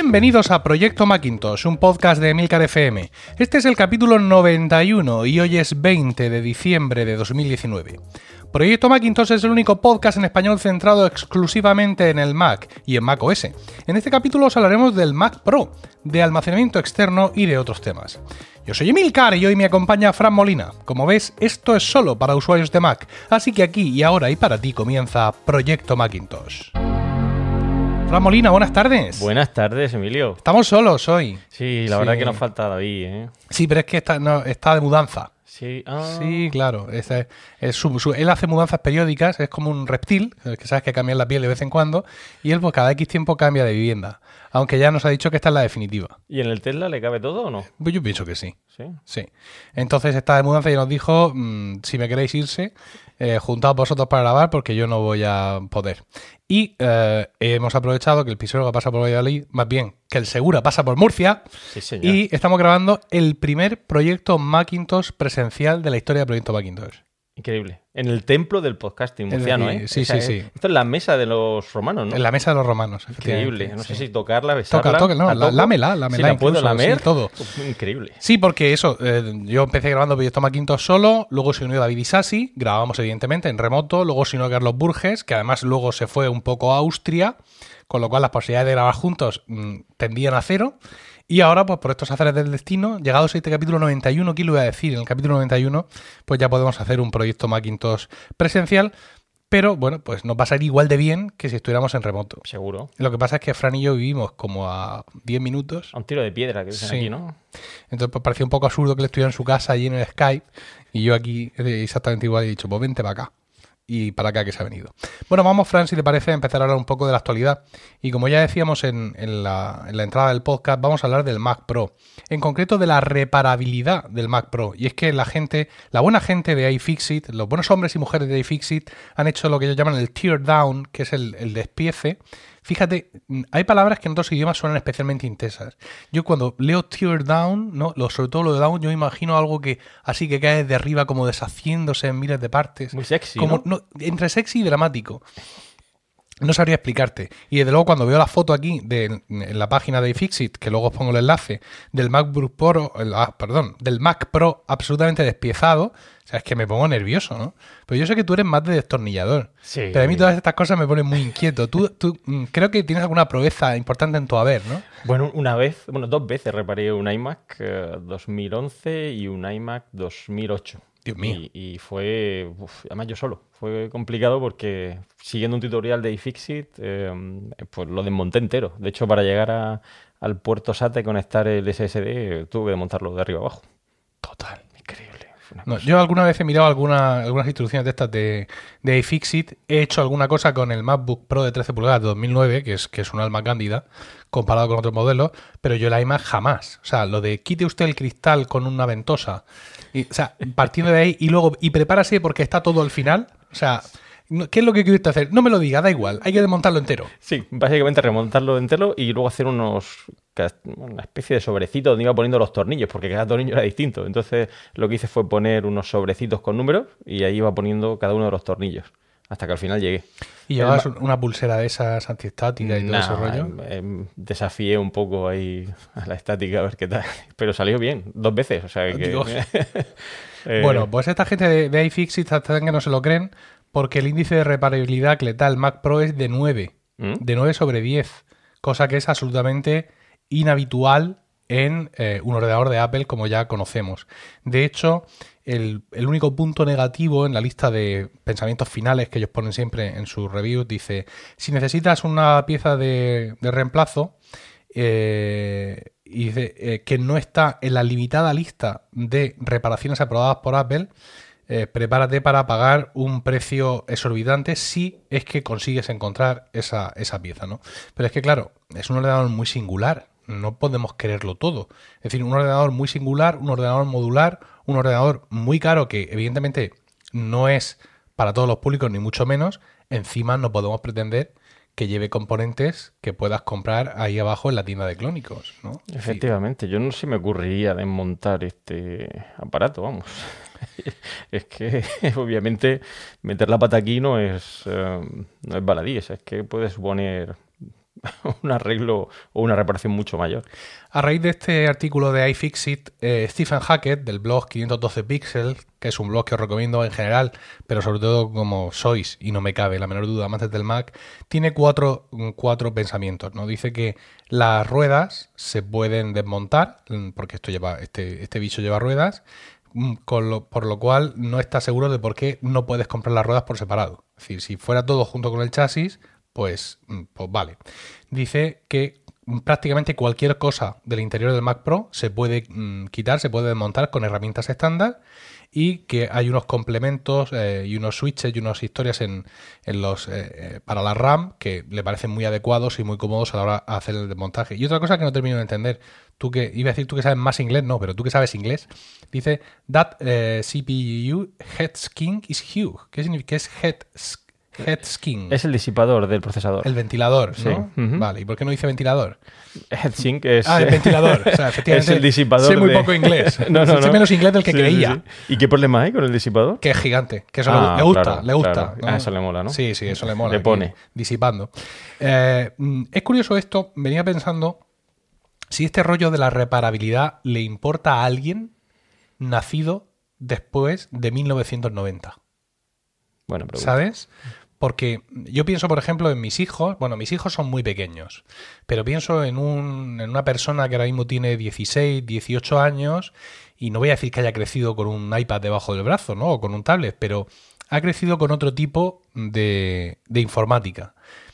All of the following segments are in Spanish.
Bienvenidos a Proyecto Macintosh, un podcast de Emilcar FM. Este es el capítulo 91 y hoy es 20 de diciembre de 2019. Proyecto Macintosh es el único podcast en español centrado exclusivamente en el Mac y en Mac OS. En este capítulo os hablaremos del Mac Pro, de almacenamiento externo y de otros temas. Yo soy Emilcar y hoy me acompaña Fran Molina. Como ves, esto es solo para usuarios de Mac, así que aquí y ahora y para ti comienza Proyecto Macintosh. Fran Molina, buenas tardes. Buenas tardes, Emilio. Estamos solos hoy. Sí, la verdad que nos falta David, ¿eh? Sí, pero es que está de mudanza. Sí, Sí, claro. Él hace mudanzas periódicas, es como un reptil, que sabes que cambia la piel de vez en cuando, y él pues cada X tiempo cambia de vivienda. Aunque ya nos ha dicho que esta es la definitiva. ¿Y en el Tesla le cabe todo o no? Pues yo pienso que sí. Sí. Entonces está de mudanza y nos dijo, si me queréis irse, juntaos vosotros para grabar porque yo no voy a poder. Y hemos aprovechado que el Pisuerga pasa por Valladolid, más bien que el Segura pasa por Murcia. Sí, señor. Y estamos grabando el primer proyecto Macintosh presencial de la historia de Proyecto Macintosh. Increíble. En el templo del podcasting murciano, ¿eh? Sí. Esto es la mesa de los romanos, ¿no? En la mesa de los romanos. Increíble. No sé sí. si tocarla, besarla. Toca, no, lámela. Si la puedo incluso, lamer. sí, todo. Increíble. Sí, porque eso, yo empecé grabando Proyecto Macintosh solo, luego se unió David Isasi, grabamos evidentemente en remoto, luego se unió Carlos Burges, que además luego se fue un poco a Austria, con lo cual las posibilidades de grabar juntos tendían a cero. Y ahora, pues por estos azares del destino, llegados a este capítulo 91, ¿qué le iba a decir? En el capítulo 91, pues ya podemos hacer un proyecto Macintosh presencial, pero bueno, pues nos va a salir igual de bien que si estuviéramos en remoto. Seguro. Lo que pasa es que Fran y yo vivimos como a 10 minutos. A un tiro de piedra que dicen Sí. aquí, ¿no? Entonces pues parecía un poco absurdo que él estuviera en su casa allí en el Skype y yo aquí exactamente igual he dicho, pues vente para acá. Y para acá que se ha venido. Bueno, vamos, Fran, si te parece, a empezar a hablar un poco de la actualidad. Y como ya decíamos en la entrada del podcast, vamos a hablar del Mac Pro. En concreto, de la reparabilidad del Mac Pro. Y es que la buena gente de iFixit, los buenos hombres y mujeres de iFixit, han hecho lo que ellos llaman el tear down, que es el despiece. Fíjate, hay palabras que en otros idiomas suenan especialmente intensas. Yo cuando leo tear down, ¿no? Sobre todo lo de down, yo me imagino algo que así que cae de arriba como deshaciéndose en miles de partes. Muy sexy, como, ¿no? Entre sexy y dramático. No sabría explicarte. Y desde luego cuando veo la foto aquí en la página de iFixit, que luego os pongo el enlace, del MacBook Pro, del Mac Pro absolutamente despiezado, o sea, es que me pongo nervioso, ¿no? Pero yo sé que tú eres más de destornillador. Sí. Pero a mí todas estas cosas me ponen muy inquieto. Tú creo que tienes alguna proeza importante en tu haber, ¿no? Bueno, dos veces reparé un iMac 2011 y un iMac 2008. Dios mío. Y fue, además yo solo, fue complicado porque siguiendo un tutorial de iFixit, pues lo desmonté entero. De hecho, para llegar al puerto SATA y conectar el SSD, tuve que desmontarlo de arriba abajo. Total. Increíble. No, yo alguna vez he mirado algunas instrucciones de estas de iFixit. He hecho alguna cosa con el MacBook Pro de 13 pulgadas de 2009, que es un alma cándida, comparado con otros modelos, pero yo el iMac jamás. O sea, lo de quite usted el cristal con una ventosa, o sea, partiendo de ahí y prepárase porque está todo al final. O sea, ¿qué es lo que quiere usted hacer? No me lo diga, da igual, hay que desmontarlo entero. Sí, básicamente remontarlo entero y luego hacer una especie de sobrecito donde iba poniendo los tornillos, porque cada tornillo era distinto. Entonces lo que hice fue poner unos sobrecitos con números y ahí iba poniendo cada uno de los tornillos, hasta que al final llegué. ¿Y llevabas una pulsera de esas antiestáticas y todo ese rollo? Desafié un poco ahí a la estática a ver qué tal, pero salió bien, 2 veces, o sea que... Bueno, pues esta gente de iFixit hasta que no se lo creen, porque el índice de reparabilidad que le da el Mac Pro es de 9, de 9 sobre 10, cosa que es absolutamente inhabitual en un ordenador de Apple como ya conocemos. De hecho, el único punto negativo en la lista de pensamientos finales que ellos ponen siempre en sus reviews dice, si necesitas una pieza de reemplazo y dice que no está en la limitada lista de reparaciones aprobadas por Apple, prepárate para pagar un precio exorbitante si es que consigues encontrar esa pieza, ¿no? Pero es que, claro, es un ordenador muy singular. No podemos quererlo todo. Es decir, un ordenador muy singular, un ordenador modular, un ordenador muy caro que evidentemente no es para todos los públicos, ni mucho menos. Encima no podemos pretender que lleve componentes que puedas comprar ahí abajo en la tienda de Clónicos, ¿no? Efectivamente, yo no se me ocurriría desmontar este aparato, vamos. Es que obviamente meter la pata aquí no es baladí, es que puede suponer un arreglo o una reparación mucho mayor. A raíz de este artículo de iFixit, Stephen Hackett, del blog 512 Pixels, que es un blog que os recomiendo en general, pero sobre todo como sois, y no me cabe la menor duda, amantes del Mac, tiene cuatro pensamientos, ¿no? Dice que las ruedas se pueden desmontar, porque este bicho lleva ruedas, por lo cual no está seguro de por qué no puedes comprar las ruedas por separado. Es decir, si fuera todo junto con el chasis, pues vale. Dice que prácticamente cualquier cosa del interior del Mac Pro se puede quitar, se puede desmontar con herramientas estándar, y que hay unos complementos y unos switches y unas historias para la RAM que le parecen muy adecuados y muy cómodos a la hora de hacer el desmontaje. Y otra cosa que no termino de entender, tú que sabes más inglés, no, pero tú que sabes inglés, dice that CPU heatskin is huge. ¿Qué significa? ¿Qué es heatskin? Es el disipador del procesador. El ventilador, Sí. ¿no? Vale, ¿y por qué no dice ventilador? Heatsink es... el ventilador. O sea, efectivamente, es el disipador sé muy de- poco inglés. No. Sé menos inglés del que Sí, creía. sí, sí. ¿Y qué problema hay con el disipador? Que es gigante, que eso Ah, le gusta, claro, le gusta. claro. ¿no? A eso le mola, ¿no? Sí, eso le mola. Le aquí, pone. disipando. Es curioso esto, venía pensando si este rollo de la reparabilidad le importa a alguien nacido después de 1990. Bueno, pregunta. ¿Sabes? Porque yo pienso, por ejemplo, en mis hijos. Bueno, mis hijos son muy pequeños, pero pienso en una persona que ahora mismo tiene 16, 18 años, y no voy a decir que haya crecido con un iPad debajo del brazo, ¿no? O con un tablet, pero ha crecido con otro tipo de informática.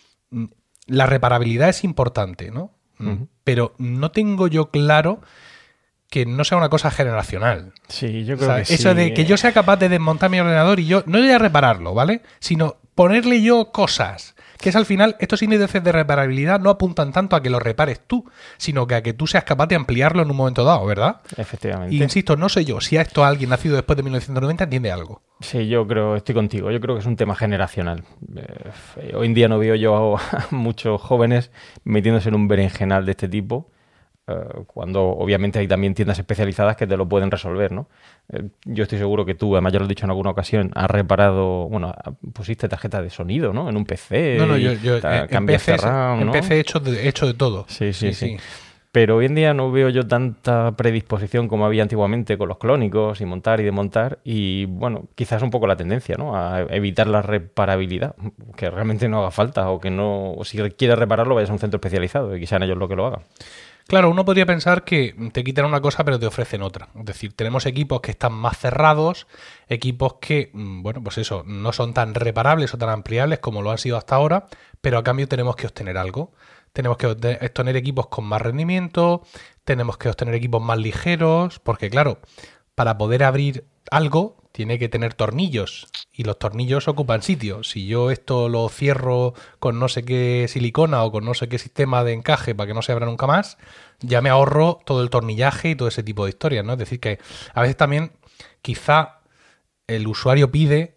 La reparabilidad es importante, ¿no? Ujú. Pero no tengo yo claro que no sea una cosa generacional. Sí, yo O creo sea, que sí. eso de que yo sea capaz de desmontar mi ordenador y yo no voy a repararlo, ¿vale? Sino ponerle yo cosas. Que es al final, estos índices de reparabilidad no apuntan tanto a que lo repares tú, sino que a que tú seas capaz de ampliarlo en un momento dado, ¿verdad? Efectivamente. Y insisto, no sé yo si a esto alguien nacido después de 1990 entiende algo. Sí, yo creo, estoy contigo. Yo creo que es un tema generacional. Hoy en día no veo yo a muchos jóvenes metiéndose en un berenjenal de este tipo, cuando obviamente hay también tiendas especializadas que te lo pueden resolver, ¿no? Yo estoy seguro que tú, además ya lo he dicho en alguna ocasión, has reparado, bueno, pusiste tarjeta de sonido, ¿no? En un PC. No, y yo cambiaste RAM, ¿no? empecé hecho de todo. Sí. Pero hoy en día no veo yo tanta predisposición como había antiguamente con los clónicos y montar y desmontar. Y bueno, quizás un poco la tendencia, ¿no? A evitar la reparabilidad, que realmente no haga falta, o que no, o si quieres repararlo, vayas a un centro especializado y que sean ellos los que lo hagan. Claro, uno podría pensar que te quitan una cosa pero te ofrecen otra. Es decir, tenemos equipos que están más cerrados, equipos que, bueno, pues eso, no son tan reparables o tan ampliables como lo han sido hasta ahora, pero a cambio tenemos que obtener algo. Tenemos que obtener equipos con más rendimiento, tenemos que obtener equipos más ligeros, porque claro, para poder abrir algo tiene que tener tornillos y los tornillos ocupan sitio. Si yo esto lo cierro con no sé qué silicona o con no sé qué sistema de encaje para que no se abra nunca más, ya me ahorro todo el tornillaje y todo ese tipo de historias, ¿no? Es decir, que a veces también quizá el usuario pide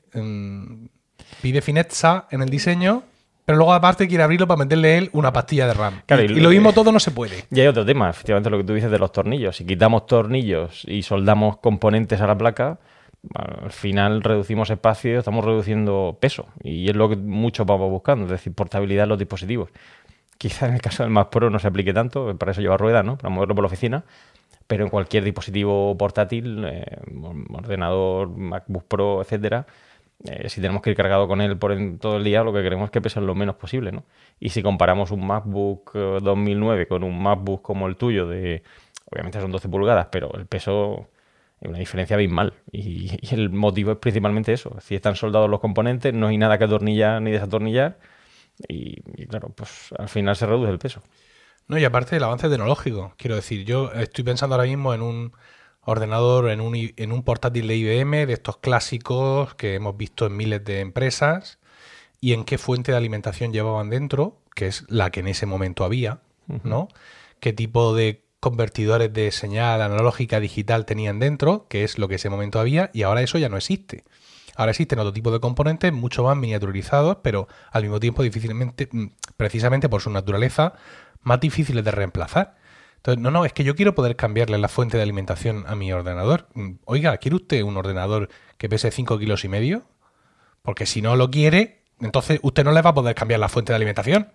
fineza en el diseño, pero luego aparte quiere abrirlo para meterle él una pastilla de RAM. Claro, y lo mismo todo no se puede. Y hay otro tema, efectivamente, lo que tú dices de los tornillos. Si quitamos tornillos y soldamos componentes a la placa, al final reducimos espacio, estamos reduciendo peso. Y es lo que muchos vamos buscando, es decir, portabilidad en los dispositivos. Quizá en el caso del Mac Pro no se aplique tanto, para eso lleva ruedas, ¿no? Para moverlo por la oficina. Pero en cualquier dispositivo portátil, ordenador, MacBook Pro, etcétera, si tenemos que ir cargado con él todo el día, lo que queremos es que pese lo menos posible, ¿no? Y si comparamos un MacBook 2009 con un MacBook como el tuyo, obviamente son 12 pulgadas, pero el peso es una diferencia abismal. Y el motivo es principalmente eso. Si están soldados los componentes, no hay nada que atornillar ni desatornillar. Y claro, pues al final se reduce el peso. No, y aparte del avance tecnológico. Quiero decir, yo estoy pensando ahora mismo en un ordenador, en un portátil de IBM, de estos clásicos que hemos visto en miles de empresas, y en qué fuente de alimentación llevaban dentro, que es la que en ese momento había, ¿no? Qué tipo de convertidores de señal analógica a digital tenían dentro, que es lo que en ese momento había, y ahora eso ya no existe. Ahora existen otro tipo de componentes mucho más miniaturizados, pero al mismo tiempo difícilmente, precisamente por su naturaleza, más difíciles de reemplazar. Entonces, no, es que yo quiero poder cambiarle la fuente de alimentación a mi ordenador. Oiga, ¿quiere usted un ordenador que pese 5,5 kilos? Porque si no lo quiere, entonces usted no le va a poder cambiar la fuente de alimentación.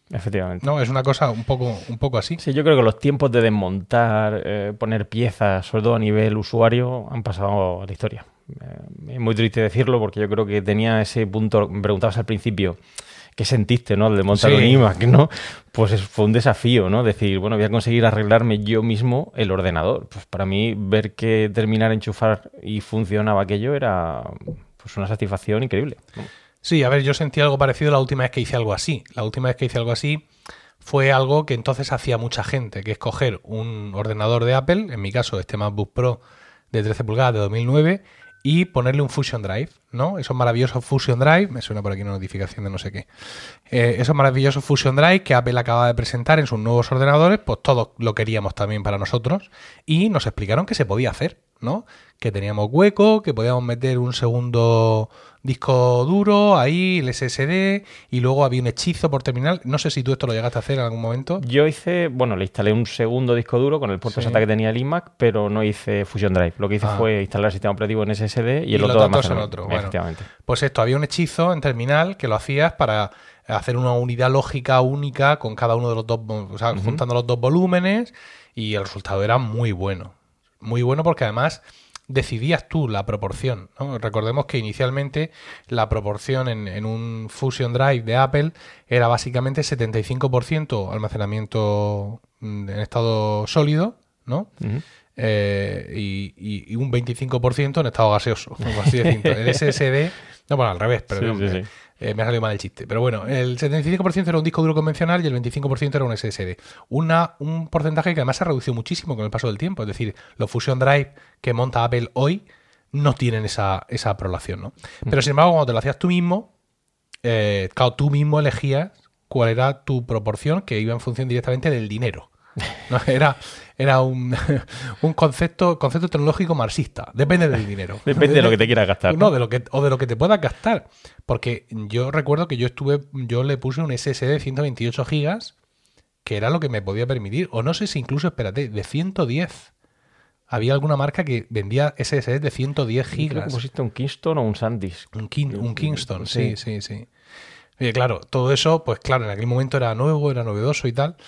Efectivamente. ¿no? Es una cosa un poco así. Sí, yo creo que los tiempos de desmontar, poner piezas, sobre todo a nivel usuario, han pasado a la historia. Es muy triste decirlo porque yo creo que tenía ese punto, me preguntabas al principio, ¿qué sentiste, no? De montar un iMac, ¿no? Pues fue un desafío, ¿no? Decir, bueno, voy a conseguir arreglarme yo mismo el ordenador. Pues para mí, ver que terminar, enchufar y funcionaba aquello era pues una satisfacción increíble. Sí, a ver, yo sentí algo parecido la última vez que hice algo así. La última vez que hice algo así fue algo que entonces hacía mucha gente, que es coger un ordenador de Apple, en mi caso este MacBook Pro de 13 pulgadas de 2009, y ponerle un Fusion Drive, ¿no? Esos maravillosos Fusion Drive, me suena por aquí una notificación de no sé qué. Esos maravillosos Fusion Drive que Apple acaba de presentar en sus nuevos ordenadores, pues todos lo queríamos también para nosotros y nos explicaron que se podía hacer, ¿no? Que teníamos hueco, que podíamos meter un segundo disco duro, ahí el SSD, y luego había un hechizo por terminal. No sé si tú esto lo llegaste a hacer en algún momento. Yo hice, bueno, le instalé un segundo disco duro con el puerto SATA que tenía el iMac, pero no hice Fusion Drive. Lo que hice fue instalar el sistema operativo en SSD y el otro en otro. Bueno, efectivamente. Pues esto, había un hechizo en terminal que lo hacías para hacer una unidad lógica única con cada uno de los dos, o sea, juntando los dos volúmenes, y el resultado era muy bueno. Muy bueno porque además decidías tú la proporción, ¿no? Recordemos que inicialmente la proporción en un Fusion Drive de Apple era básicamente 75% almacenamiento en estado sólido, ¿no? Y un 25% en estado gaseoso, como así decirlo. El SSD, no, bueno, al revés, pero sí. Me ha salido mal el chiste. Pero bueno, el 75% era un disco duro convencional y el 25% era un SSD. Un porcentaje que además se ha reducido muchísimo con el paso del tiempo. Es decir, los Fusion Drive que monta Apple hoy no tienen esa prolación, ¿no? Pero sin embargo, cuando te lo hacías tú mismo, claro, tú mismo elegías cuál era tu proporción, que iba en función directamente del dinero. No, era un concepto tecnológico marxista. Depende del dinero. Depende de lo que te quieras gastar. No, de lo que te puedas gastar. Porque yo recuerdo que yo le puse un SSD de 128 gigas, que era lo que me podía permitir. O no sé si incluso, espérate, de 110. Había alguna marca que vendía SSD de 110 gigas. Creo que pusiste un Kingston o un SanDisk. Un Kingston, sí. Oye, claro, todo eso, pues claro, en aquel momento era nuevo, era novedoso y tal.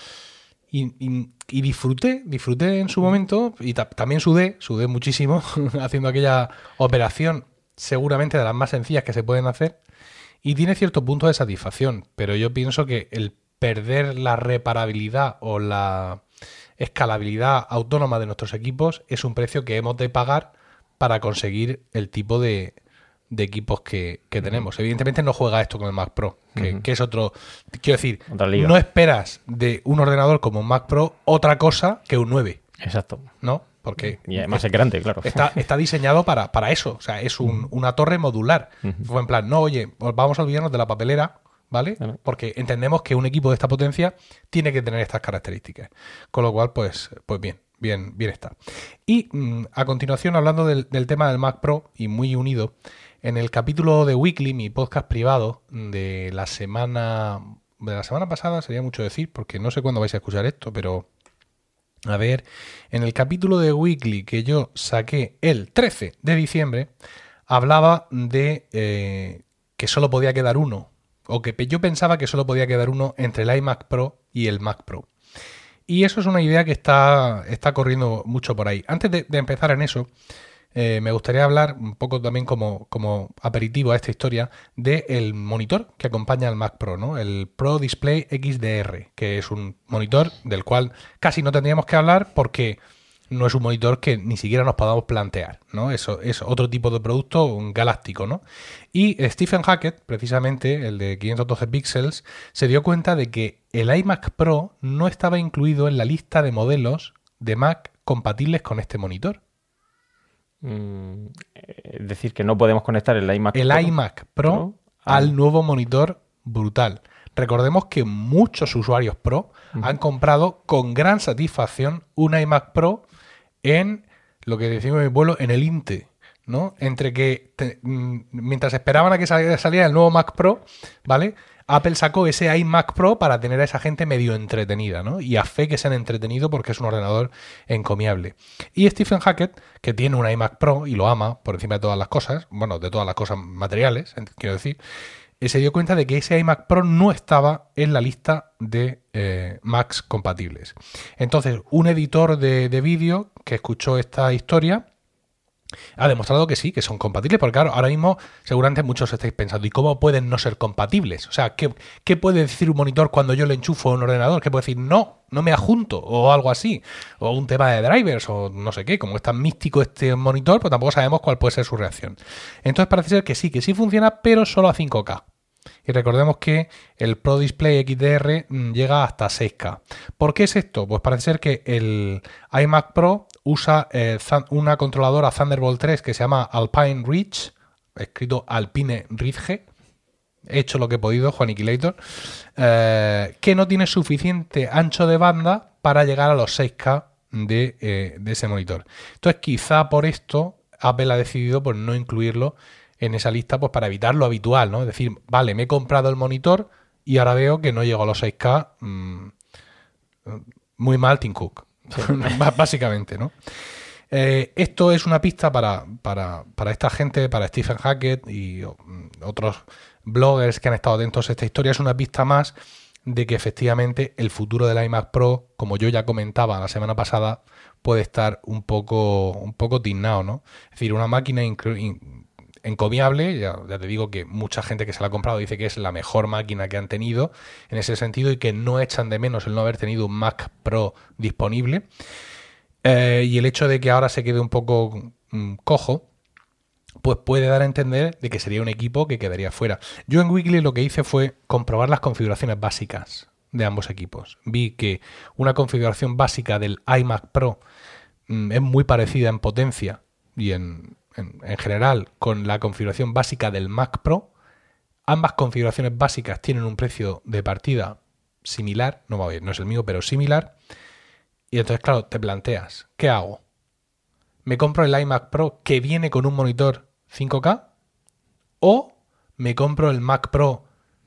Y disfruté en su momento, y también sudé muchísimo haciendo aquella operación, seguramente de las más sencillas que se pueden hacer, y tiene cierto punto de satisfacción, pero yo pienso que el perder la reparabilidad o la escalabilidad autónoma de nuestros equipos es un precio que hemos de pagar para conseguir el tipo de equipos que tenemos. Evidentemente no juega esto con el Mac Pro, que es otro... Quiero decir, no esperas de un ordenador como un Mac Pro otra cosa que un 9. Exacto. ¿No? Porque y además es grande, claro. Está diseñado para eso. O sea, es una torre modular. Fue en plan, no, oye, vamos a olvidarnos de la papelera, ¿vale? Porque entendemos que un equipo de esta potencia tiene que tener estas características. Con lo cual, pues bien está. Y a continuación, hablando del tema del Mac Pro, y muy unido, en el capítulo de Weekly, mi podcast privado de la semana pasada, sería mucho decir, porque no sé cuándo vais a escuchar esto, pero a ver, en el capítulo de Weekly que yo saqué el 13 de diciembre, hablaba de que solo podía quedar uno, o que yo pensaba que solo podía quedar uno entre el iMac Pro y el Mac Pro. Y eso es una idea que está corriendo mucho por ahí. Antes de empezar en eso, me gustaría hablar un poco también como aperitivo a esta historia del monitor que acompaña al Mac Pro, ¿no? El Pro Display XDR, que es un monitor del cual casi no tendríamos que hablar porque no es un monitor que ni siquiera nos podamos plantear, ¿no? Eso es otro tipo de producto, un galáctico, ¿no? Y Stephen Hackett, precisamente, el de 512 píxeles, se dio cuenta de que el iMac Pro no estaba incluido en la lista de modelos de Mac compatibles con este monitor. Es decir, que no podemos conectar el iMac Pro al nuevo monitor brutal. Recordemos que muchos usuarios Pro han comprado con gran satisfacción un iMac Pro en lo que decimos en mi pueblo, en el INTE, ¿no? Entre que mientras esperaban a que saliera el nuevo Mac Pro, ¿vale? Apple sacó ese iMac Pro para tener a esa gente medio entretenida, ¿no? Y a fe que se han entretenido porque es un ordenador encomiable. Y Stephen Hackett, que tiene un iMac Pro y lo ama por encima de todas las cosas, bueno, de todas las cosas materiales, quiero decir, se dio cuenta de que ese iMac Pro no estaba en la lista de Macs compatibles. Entonces, un editor de vídeo que escuchó esta historia ha demostrado que sí, que son compatibles, porque claro, ahora mismo seguramente muchos estáis pensando, ¿y cómo pueden no ser compatibles? O sea, ¿qué puede decir un monitor cuando yo le enchufo a un ordenador? ¿Qué puede decir? No me adjunto, o algo así, o un tema de drivers, o no sé qué, como es tan místico este monitor, pues tampoco sabemos cuál puede ser su reacción. Entonces parece ser que sí funciona, pero solo a 5K. Y recordemos que el Pro Display XDR llega hasta 6K. ¿Por qué es esto? Pues parece ser que el iMac Pro usa una controladora Thunderbolt 3 que se llama Alpine Reach, escrito Alpine Ridge. He hecho lo que he podido, Juaniquilator, que no tiene suficiente ancho de banda para llegar a los 6K de ese monitor. Entonces, quizá por esto Apple ha decidido pues, no incluirlo en esa lista, pues para evitar lo habitual, ¿no? Es decir, vale, me he comprado el monitor y ahora veo que no llego a los 6K. Muy mal, Tim Cook. Sí. Básicamente, ¿no? Esto es una pista para esta gente, para Stephen Hackett y otros bloggers que han estado atentos a esta historia. Es una pista más de que efectivamente el futuro del iMac Pro, como yo ya comentaba la semana pasada, puede estar un poco tiznado, ¿no? Es decir, una máquina encomiable, ya te digo que mucha gente que se la ha comprado dice que es la mejor máquina que han tenido en ese sentido y que no echan de menos el no haber tenido un Mac Pro disponible. Y el hecho de que ahora se quede un poco cojo, pues puede dar a entender de que sería un equipo que quedaría fuera. Yo en Weekly lo que hice fue comprobar las configuraciones básicas de ambos equipos. Vi que una configuración básica del iMac Pro es muy parecida en potencia y en general con la configuración básica del Mac Pro. Ambas configuraciones básicas tienen un precio de partida similar, no es el mío, pero similar. Y entonces, claro, te planteas, ¿qué hago? ¿Me compro el iMac Pro que viene con un monitor 5K? ¿O me compro el Mac Pro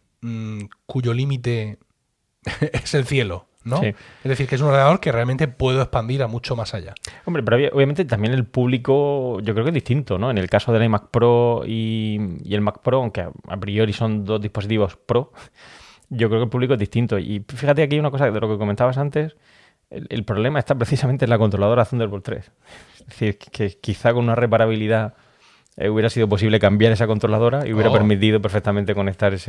cuyo límite es el cielo? ¿No? Sí. Es decir, que es un ordenador que realmente puedo expandir a mucho más allá. Hombre, pero obviamente también el público yo creo que es distinto, ¿no? En el caso del iMac Pro y el Mac Pro, aunque a priori son dos dispositivos Pro, yo creo que el público es distinto. Y fíjate, aquí hay una cosa de lo que comentabas antes. El problema está precisamente en la controladora Thunderbolt 3. Es decir, que quizá con una reparabilidad hubiera sido posible cambiar esa controladora y hubiera permitido perfectamente conectar esa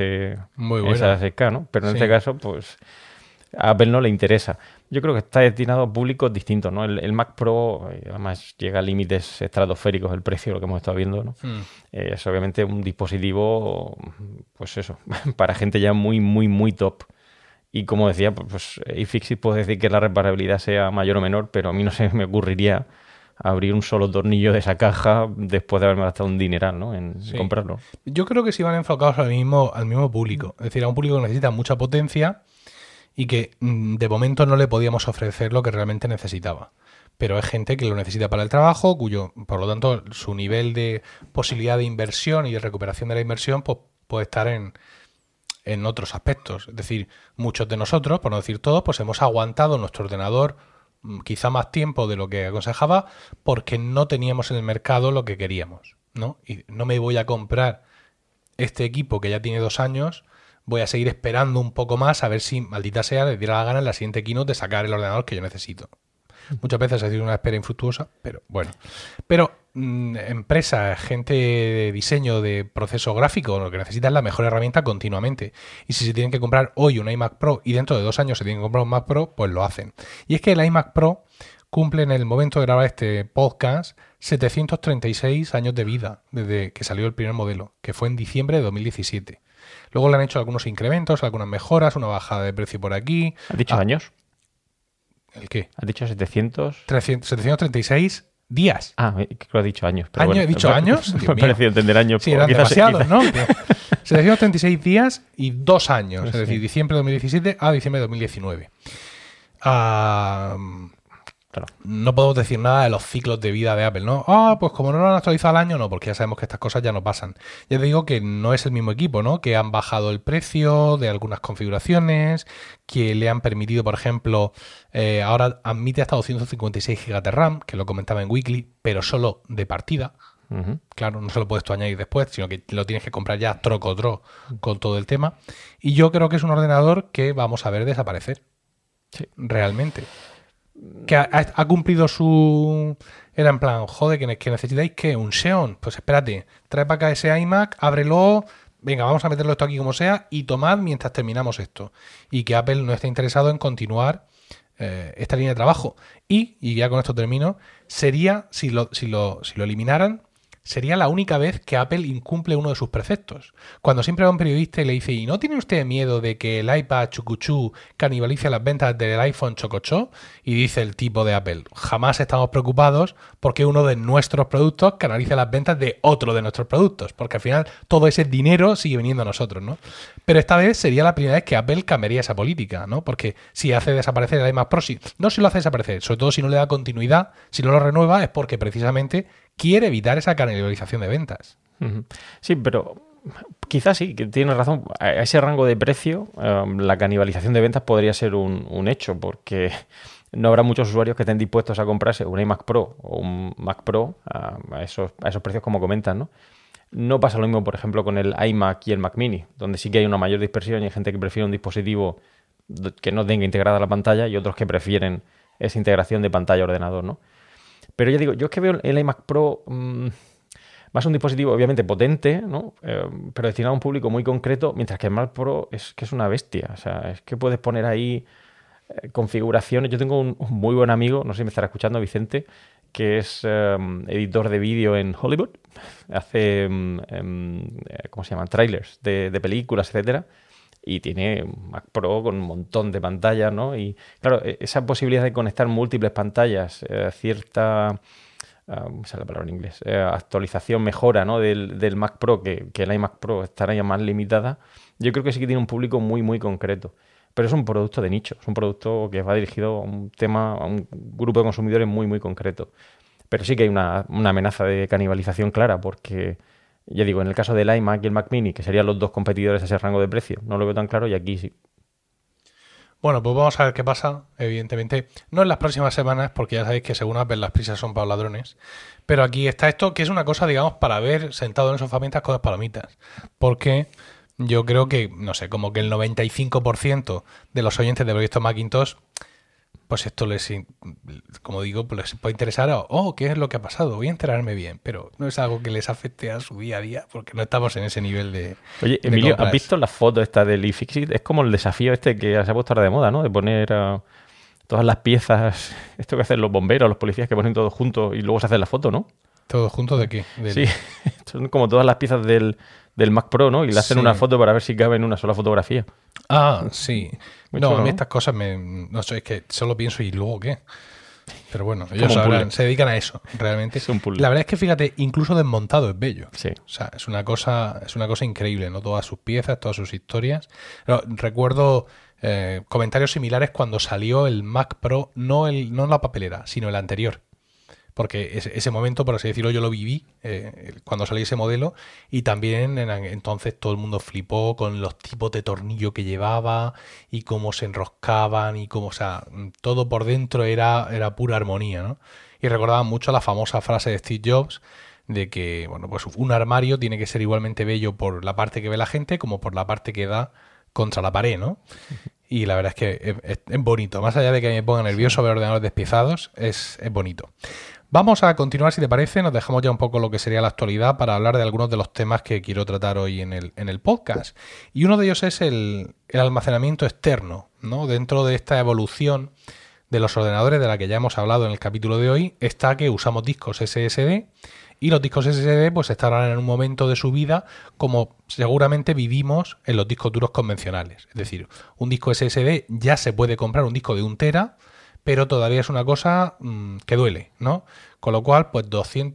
6K, ¿no? Pero en este caso, pues a Apple no le interesa. Yo creo que está destinado a públicos distintos, ¿no? El Mac Pro, además, llega a límites estratosféricos el precio, lo que hemos estado viendo, ¿no? Es obviamente un dispositivo, pues eso, para gente ya muy, muy, muy top. Y como decía, pues iFixit puede decir que la reparabilidad sea mayor o menor, pero a mí no se me ocurriría abrir un solo tornillo de esa caja después de haberme gastado un dineral, ¿no? en comprarlo. Yo creo que sí van enfocados al mismo público. Es decir, a un público que necesita mucha potencia y que de momento no le podíamos ofrecer lo que realmente necesitaba. Pero hay gente que lo necesita para el trabajo, cuyo, por lo tanto, su nivel de posibilidad de inversión y de recuperación de la inversión pues, puede estar en otros aspectos. Es decir, muchos de nosotros, por no decir todos, pues hemos aguantado nuestro ordenador quizá más tiempo de lo que aconsejaba porque no teníamos en el mercado lo que queríamos, ¿no? Y no me voy a comprar este equipo que ya tiene 2 años, voy a seguir esperando un poco más a ver si, maldita sea, le diera la gana en la siguiente keynote de sacar el ordenador que yo necesito. Muchas veces ha sido una espera infructuosa, pero bueno. Pero empresas, gente de diseño, de proceso gráfico, lo que necesitan es la mejor herramienta continuamente. Y si se tienen que comprar hoy un iMac Pro y dentro de 2 años se tienen que comprar un Mac Pro, pues lo hacen. Y es que el iMac Pro cumple en el momento de grabar este podcast 736 años de vida desde que salió el primer modelo, que fue en diciembre de 2017. Luego le han hecho algunos incrementos, algunas mejoras, una bajada de precio por aquí. ¿Has dicho años? ¿El qué? ¿Has dicho 736 días. Ah, creo que has dicho años. Pero ¿He dicho años? Me ha parecido entender años. Sí, eran demasiados, ¿no? 736 días y 2 años. Pues es decir, diciembre de 2017 a diciembre de 2019. Claro. No podemos decir nada de los ciclos de vida de Apple, ¿no? Pues como no lo han actualizado al año, no, porque ya sabemos que estas cosas ya no pasan. Ya te digo que no es el mismo equipo, ¿no? Que han bajado el precio de algunas configuraciones, que le han permitido, por ejemplo, ahora admite hasta 256 GB de RAM, que lo comentaba en Weekly, pero solo de partida. Ujú. Claro, no se lo puedes tú añadir después, sino que lo tienes que comprar ya troco con todo el tema. Y yo creo que es un ordenador que vamos a ver desaparecer. Sí. Realmente. Que ha cumplido su... Era en plan, joder, que necesitáis que un Xeon. Pues espérate, trae para acá ese iMac, ábrelo, venga, vamos a meterlo esto aquí como sea y tomad mientras terminamos esto. Y que Apple no esté interesado en continuar esta línea de trabajo. Y ya con esto termino, sería, si lo eliminaran, sería la única vez que Apple incumple uno de sus preceptos. Cuando siempre va un periodista y le dice, ¿y no tiene usted miedo de que el iPad chucuchú canibalice las ventas del iPhone chocochó? Y dice el tipo de Apple, jamás estamos preocupados porque uno de nuestros productos canalice las ventas de otro de nuestros productos, porque al final todo ese dinero sigue viniendo a nosotros, ¿no? Pero esta vez sería la primera vez que Apple cambiaría esa política, ¿no? Porque si hace desaparecer el iMac Pro, no si lo hace desaparecer, sobre todo si no le da continuidad, si no lo renueva, es porque precisamente quiere evitar esa canibalización de ventas. Sí, pero quizás sí, que tienes razón. A ese rango de precio, la canibalización de ventas podría ser un hecho, porque no habrá muchos usuarios que estén dispuestos a comprarse un iMac Pro o un Mac Pro a esos precios como comentan, ¿no? No pasa lo mismo, por ejemplo, con el iMac y el Mac Mini, donde sí que hay una mayor dispersión y hay gente que prefiere un dispositivo que no tenga integrada la pantalla y otros que prefieren esa integración de pantalla-ordenador, ¿no? Pero ya digo, yo es que veo el iMac Pro más un dispositivo obviamente potente, ¿no? Pero destinado a un público muy concreto, mientras que el Mac Pro es que es una bestia. O sea, es que puedes poner ahí configuraciones. Yo tengo un muy buen amigo, no sé si me estará escuchando, Vicente, que es editor de vídeo en Hollywood. Hace, ¿cómo se llaman? Trailers de películas, etcétera. Y tiene un Mac Pro con un montón de pantallas, ¿no? Y claro, esa posibilidad de conectar múltiples pantallas, cierta, esa es la palabra en inglés, actualización, mejora, ¿no? del Mac Pro, que el iMac Pro estará ya más limitada, yo creo que sí que tiene un público muy, muy concreto. Pero es un producto de nicho, es un producto que va dirigido a un tema, a un grupo de consumidores muy, muy concreto. Pero sí que hay una amenaza de canibalización clara, porque... Ya digo, en el caso del iMac y el Mac Mini, que serían los dos competidores a ese rango de precio, no lo veo tan claro y aquí sí. Bueno, pues vamos a ver qué pasa, evidentemente. No en las próximas semanas, porque ya sabéis que según Apple las prisas son para los ladrones. Pero aquí está esto, que es una cosa, digamos, para ver sentado en el sofá mientras comes palomitas. Porque yo creo que, no sé, como que el 95% de los oyentes de Proyecto Macintosh, pues esto les, como digo, pues les puede interesar. ¿Qué es lo que ha pasado? Voy a enterarme bien, pero no es algo que les afecte a su día a día, porque no estamos en ese nivel de... Oye, Emilio, ¿has visto la foto esta del iFixit? Es como el desafío este que se ha puesto ahora de moda, ¿no? De poner todas las piezas, esto que hacen los bomberos, los policías que ponen todo juntos y luego se hace la foto, ¿no? ¿Todo junto de qué? Sí, son como todas las piezas del Mac Pro, ¿no? Y le hacen una foto para ver si cabe en una sola fotografía. Ah, sí. Muy no, chulo, a mí ¿no? estas cosas no sé, es que solo pienso y luego qué. Pero bueno, ellos sabrán, se dedican a eso, realmente. Es un puzzle. La verdad es que fíjate, incluso desmontado es bello. Sí. O sea, es una cosa increíble, ¿no? Todas sus piezas, todas sus historias. Pero recuerdo comentarios similares cuando salió el Mac Pro, no la papelera, sino el anterior. Porque ese momento, por así decirlo, yo lo viví cuando salió ese modelo y también entonces todo el mundo flipó con los tipos de tornillo que llevaba y cómo se enroscaban y cómo, o sea, todo por dentro era pura armonía, ¿no? Y recordaba mucho la famosa frase de Steve Jobs de que, bueno, pues un armario tiene que ser igualmente bello por la parte que ve la gente como por la parte que da contra la pared, ¿no? Y la verdad es que es bonito. Más allá de que me ponga nervioso ver ordenadores despiezados, es bonito. Vamos a continuar, si te parece, nos dejamos ya un poco lo que sería la actualidad para hablar de algunos de los temas que quiero tratar hoy en el podcast. Y uno de ellos es el almacenamiento externo, ¿no? Dentro de esta evolución de los ordenadores de la que ya hemos hablado en el capítulo de hoy, está que usamos discos SSD y los discos SSD pues estarán en un momento de su vida como seguramente vivimos en los discos duros convencionales. Es decir, un disco SSD ya se puede comprar un disco de 1 tera, pero todavía es una cosa que duele, ¿no? Con lo cual, pues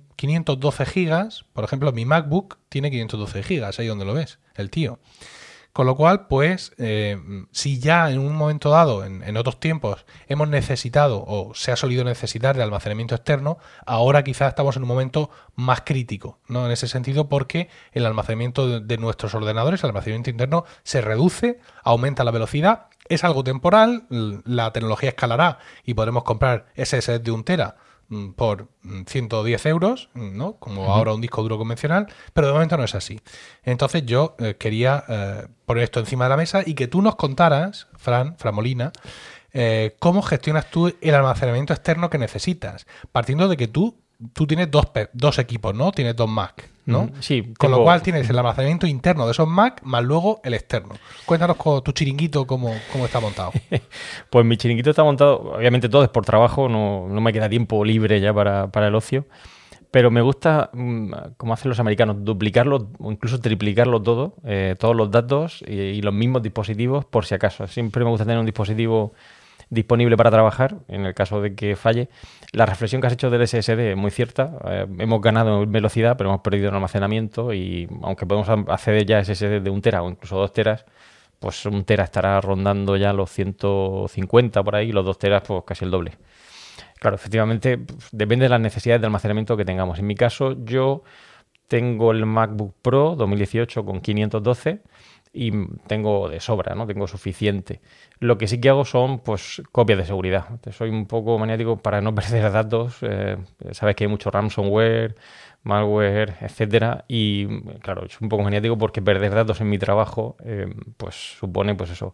512 gigas, por ejemplo, mi MacBook tiene 512 gigas, ahí donde lo ves, el tío. Con lo cual, pues, si ya en un momento dado, en otros tiempos, hemos necesitado o se ha solido necesitar de almacenamiento externo, ahora quizás estamos en un momento más crítico, ¿no? En ese sentido, porque el almacenamiento de nuestros ordenadores, el almacenamiento interno, se reduce, aumenta la velocidad. Es algo temporal, la tecnología escalará y podremos comprar SSD de 1 tera por 110 euros, ¿no? Como ahora un disco duro convencional, pero de momento no es así. Entonces yo quería poner esto encima de la mesa y que tú nos contaras, Fran Molina, cómo gestionas tú el almacenamiento externo que necesitas, partiendo de que tú tienes dos equipos, ¿no? Tienes 2 Mac, ¿no? Sí. Con lo cual tienes el almacenamiento interno de esos Mac más luego el externo. Cuéntanos con tu chiringuito cómo está montado. Pues mi chiringuito está montado, obviamente todo es por trabajo, no me queda tiempo libre ya para el ocio, pero me gusta, como hacen los americanos, duplicarlo o incluso triplicarlo todo, todos los datos y los mismos dispositivos por si acaso. Siempre me gusta tener un dispositivo disponible para trabajar en el caso de que falle. La reflexión que has hecho del SSD es muy cierta. Hemos ganado en velocidad, pero hemos perdido en almacenamiento y aunque podemos acceder ya a SSD de 1 tera o incluso 2 teras, pues 1 tera estará rondando ya los 150 por ahí y los 2 teras pues casi el doble. Claro, efectivamente, pues, depende de las necesidades de almacenamiento que tengamos. En mi caso, yo tengo el MacBook Pro 2018 con 512 y tengo de sobra, ¿no? Tengo suficiente. Lo que sí que hago son pues copias de seguridad. Soy un poco maniático para no perder datos. Sabes que hay mucho ransomware, malware, etcétera. Y claro, soy un poco maniático porque perder datos en mi trabajo pues supone pues eso.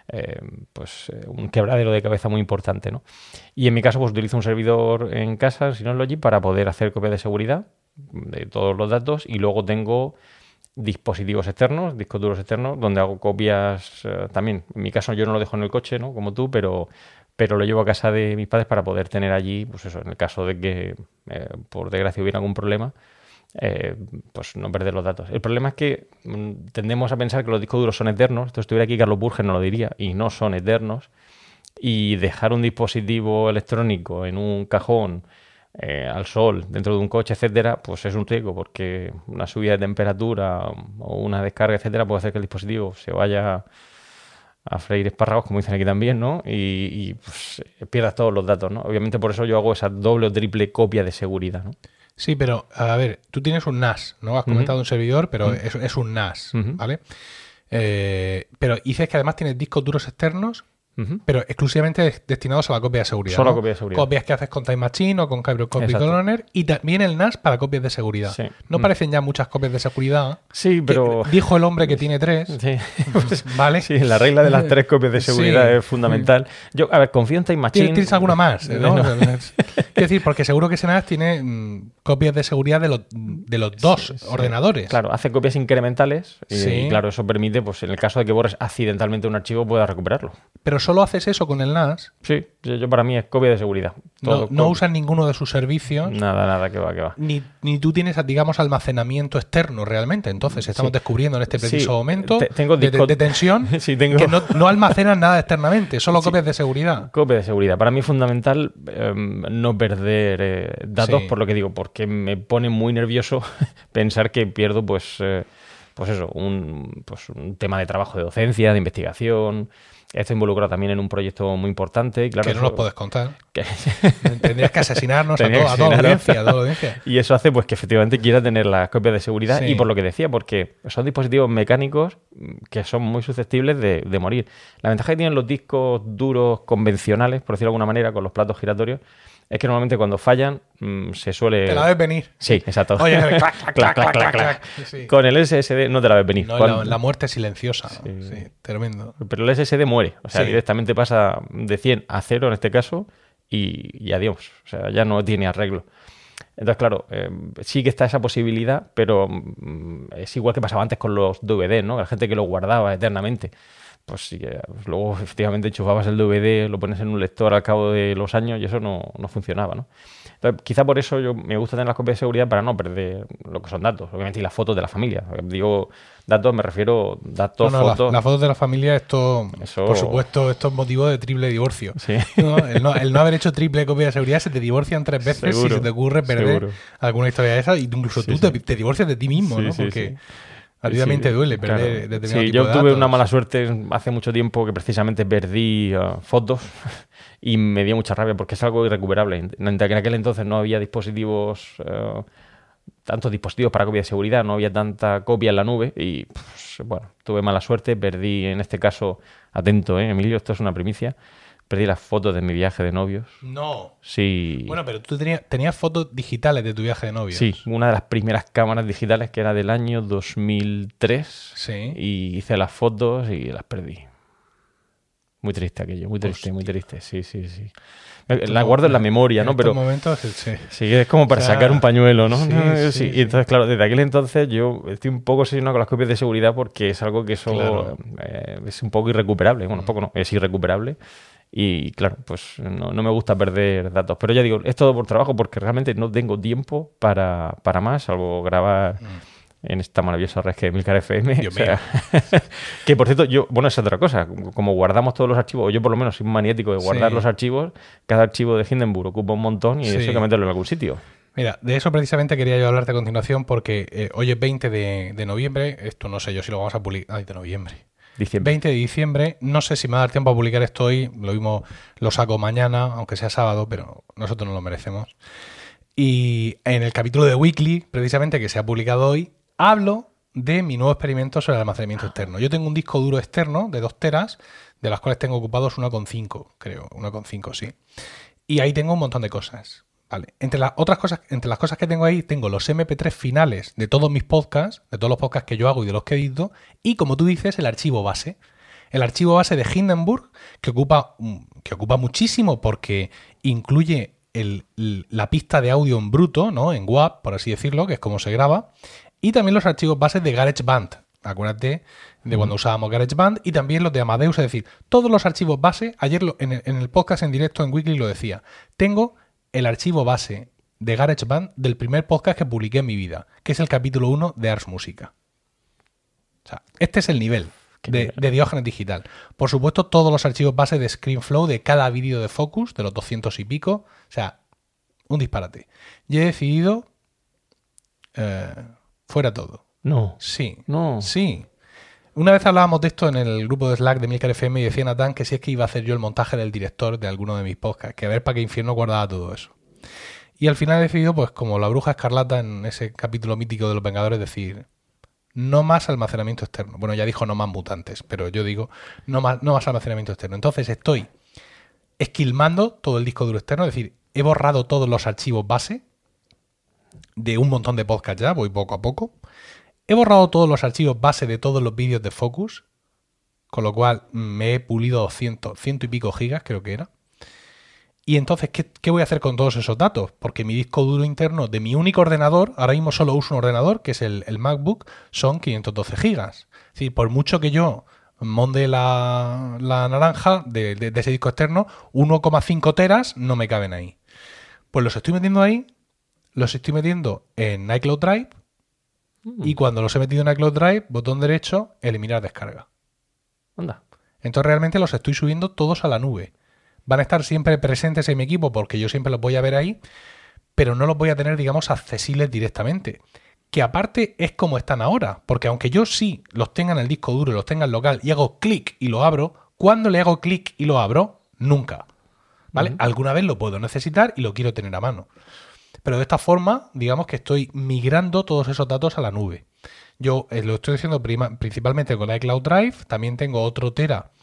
Un quebradero de cabeza muy importante, ¿no? Y en mi caso pues utilizo un servidor en casa, Synology, para poder hacer copias de seguridad de todos los datos y luego tengo dispositivos externos, discos duros externos, donde hago copias también. En mi caso yo no lo dejo en el coche, ¿no? Como tú, pero lo llevo a casa de mis padres para poder tener allí, pues eso, en el caso de que por desgracia hubiera algún problema, pues no perder los datos. El problema es que tendemos a pensar que los discos duros son eternos. Esto, si estuviera aquí Carlos Burger nos lo diría, y no son eternos. Y dejar un dispositivo electrónico en un cajón al sol, dentro de un coche, etcétera, pues es un riesgo, porque una subida de temperatura o una descarga, etcétera, puede hacer que el dispositivo se vaya a freír espárragos, como dicen aquí también, ¿no? Y pues pierdas todos los datos, ¿no? Obviamente por eso yo hago esa doble o triple copia de seguridad, ¿no? Sí, pero a ver, tú tienes un NAS, ¿no? Has comentado un servidor, pero es un NAS, ¿vale? Pero dices que además tienes discos duros externos, pero exclusivamente destinados a la copia de seguridad. Solo ¿no? copia de seguridad. Copias que haces con Time Machine o con Cryptocopy Cloner y también el NAS para copias de seguridad. Sí. No parecen ya muchas copias de seguridad. Sí, pero... Dijo el hombre que tiene 3. Sí. ¿Vale? Sí, la regla de las 3 copias de seguridad es fundamental. Yo, a ver, confío en Time Machine. ¿Tienes alguna más? ¿no? Quiero decir, porque seguro que ese NAS tiene copias de seguridad de los 2 ordenadores. Claro, hace copias incrementales y claro, eso permite, pues en el caso de que borres accidentalmente un archivo, puedas recuperarlo. Pero solo haces eso con el NAS. Sí, yo para mí es copia de seguridad. No usas ninguno de sus servicios. Nada, que va. Ni tú tienes, digamos, almacenamiento externo realmente. Entonces estamos descubriendo en este preciso momento tengo de tensión que no almacenan nada externamente, solo copias de seguridad. Copia de seguridad. Para mí es fundamental no perder datos, por lo que digo, porque me pone muy nervioso pensar que pierdo pues eso, un tema de trabajo de docencia, de investigación. Estoy involucrado también en un proyecto muy importante. Claro, que no nos puedes contar. Tendrías que asesinarnos a toda la audiencia. Y eso hace pues que efectivamente quiera tener las copias de seguridad. Y por lo que decía, porque son dispositivos mecánicos que son muy susceptibles de morir. La ventaja que tienen los discos duros convencionales, por decirlo de alguna manera, con los platos giratorios, es que normalmente cuando fallan se suele... Te la ves venir. Sí, exacto. Oye, clac. Sí. Con el SSD no te la ves venir. No, la muerte es silenciosa. Sí, tremendo. Pero el SSD muere. O sea, directamente pasa de 100 a 0 en este caso y adiós. O sea, ya no tiene arreglo. Entonces, claro, sí que está esa posibilidad, pero es igual que pasaba antes con los DVD, ¿no? La gente que los guardaba eternamente. Pues sí, luego efectivamente enchufabas el DVD, lo pones en un lector al cabo de los años y eso no funcionaba, ¿no? Entonces, quizá por eso me gusta tener las copias de seguridad para no perder lo que son datos, obviamente, y las fotos de la familia. Digo datos, me refiero datos, fotos... Las fotos de la familia, eso... por supuesto, esto es motivo de triple divorcio. Sí. ¿No? El no haber hecho triple copia de seguridad, se te divorcian 3 veces si se te ocurre perder alguna historia de esa, y incluso tú te divorcias de ti mismo, ¿no? Porque... A ti también te duele perder determinado tipo de yo tuve datos. una mala suerte hace mucho tiempo que precisamente perdí fotos y me dio mucha rabia porque es algo irrecuperable. En aquel entonces no había tantos dispositivos para copia de seguridad, no había tanta copia en la nube y pues, bueno, tuve mala suerte, perdí en este caso, atento, Emilio, esto es una primicia, Perdí las fotos de mi viaje de novios. No. Sí. Bueno, pero tú tenías fotos digitales de tu viaje de novios. Sí, una de las primeras cámaras digitales que era del año 2003. Sí. Y hice las fotos y las perdí. Muy triste aquello, muy triste, Hostia. muy triste. Sí. La guardo en la memoria, ¿no? En Pero estos momentos, sí. sí, es como para O sea, sacar un pañuelo, ¿no? sí, Y entonces, claro, desde aquel entonces yo estoy un poco obsesionado con las copias de seguridad porque es algo que eso Claro. es un poco irrecuperable. Bueno, poco no, es irrecuperable. Y claro, pues no me gusta perder datos. Pero ya digo, es todo por trabajo porque realmente no tengo tiempo para más, salvo grabar en esta maravillosa red que es Emilcar FM. Dios mío. Que por cierto, bueno, es otra cosa. Como guardamos todos los archivos, o yo por lo menos soy un maniático de guardar Sí. los archivos, cada archivo de Hindenburg ocupa un montón y Sí. eso hay que meterlo en algún sitio. Mira, de eso precisamente quería yo hablarte a continuación porque hoy es 20 de noviembre. Esto no sé yo si lo vamos a publicar. Ay, de noviembre. Diciembre. 20 de diciembre. No sé si me va a dar tiempo a publicar esto hoy. Lo mismo lo saco mañana, aunque sea sábado, pero nosotros no lo merecemos. Y en el capítulo de Weekly, precisamente, que se ha publicado hoy, hablo de mi nuevo experimento sobre el almacenamiento externo. Yo tengo un disco duro externo de 2 teras, de las cuales tengo ocupados 1,5, creo. 1,5, sí. Y ahí tengo un montón de cosas. Vale. Entre las cosas que tengo ahí, tengo los MP3 finales de todos mis podcasts, de todos los podcasts que yo hago y de los que edito, y como tú dices, el archivo base. El archivo base de Hindenburg, que ocupa muchísimo porque incluye la pista de audio en bruto, ¿no? En WAV, por así decirlo, que es como se graba, y también los archivos bases de GarageBand. Acuérdate de cuando usábamos GarageBand, y también los de Amadeus, es decir, todos los archivos base. Ayer en el podcast en directo en Weekly lo decía. Tengo el archivo base de GarageBand del primer podcast que publiqué en mi vida, que es el capítulo 1 de Ars Música. O sea, este es el nivel de Diógenes Digital. Por supuesto, todos los archivos base de ScreenFlow de cada vídeo de Focus, de los 200 y pico. O sea, un disparate. Y he decidido fuera todo. No. Sí. No. Sí. Una vez hablábamos de esto en el grupo de Slack de Emilcar FM y decía Natán que si es que iba a hacer yo el montaje del director de alguno de mis podcasts, que a ver para qué infierno guardaba todo eso. Y al final he decidido, pues como la bruja escarlata en ese capítulo mítico de los Vengadores, decir, no más almacenamiento externo. Bueno, ya dijo no más mutantes, pero yo digo no más almacenamiento externo. Entonces estoy esquilmando todo el disco duro externo, es decir, he borrado todos los archivos base de un montón de podcasts ya, voy poco a poco. He borrado todos los archivos base de todos los vídeos de Focus, con lo cual me he pulido 100 y pico gigas, creo que era. Y entonces, ¿qué voy a hacer con todos esos datos? Porque mi disco duro interno de mi único ordenador, ahora mismo solo uso un ordenador, que es el MacBook, son 512 gigas. Es decir, por mucho que yo monde la naranja de ese disco externo, 1,5 teras no me caben ahí. Pues los estoy metiendo ahí, los estoy metiendo en iCloud Drive, y cuando los he metido en iCloud Drive, botón derecho, eliminar descarga. Anda. Entonces realmente los estoy subiendo todos a la nube. Van a estar siempre presentes en mi equipo porque yo siempre los voy a ver ahí, pero no los voy a tener, digamos, accesibles directamente. Que aparte es como están ahora, porque aunque yo sí los tenga en el disco duro, los tenga en local y hago clic y lo abro, cuando le hago clic y lo abro, nunca. ¿Vale? Alguna vez lo puedo necesitar y lo quiero tener a mano. Pero de esta forma, digamos que estoy migrando todos esos datos a la nube. Yo lo estoy haciendo principalmente con iCloud Drive. También tengo otro tera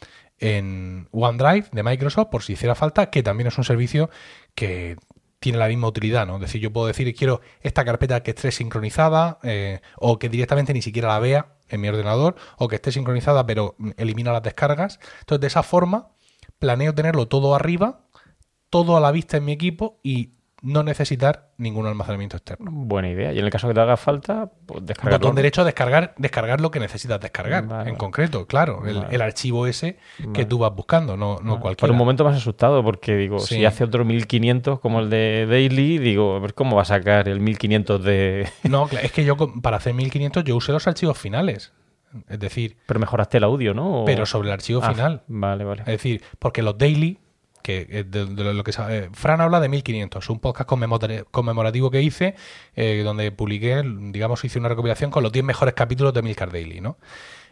en OneDrive de Microsoft, por si hiciera falta, que también es un servicio que tiene la misma utilidad, ¿no? Es decir, yo puedo decir que quiero esta carpeta que esté sincronizada o que directamente ni siquiera la vea en mi ordenador, o que esté sincronizada pero elimina las descargas. Entonces, de esa forma, planeo tenerlo todo arriba, todo a la vista en mi equipo y no necesitar ningún almacenamiento externo. Buena idea. Y en el caso que te haga falta, pues descargarlo. Botón derecho, descargar lo que necesitas descargar. Vale. En concreto, claro. Vale. El archivo ese Vale. que tú vas buscando, no cualquiera. Por un momento me has asustado porque digo, Sí. si hace otro 1500 como el de Daily, digo, a ver cómo va a sacar el 1500 de... No, es que yo para hacer 1500 yo usé los archivos finales. Es decir, Pero mejoraste el audio, ¿no? pero sobre el archivo final. Vale, vale. Es decir, porque los daily, que de lo que sabe, Fran habla de 1500, un podcast conmemorativo que hice, donde publiqué, digamos, hice una recopilación con los 10 mejores capítulos de Emilcar Daily, ¿no?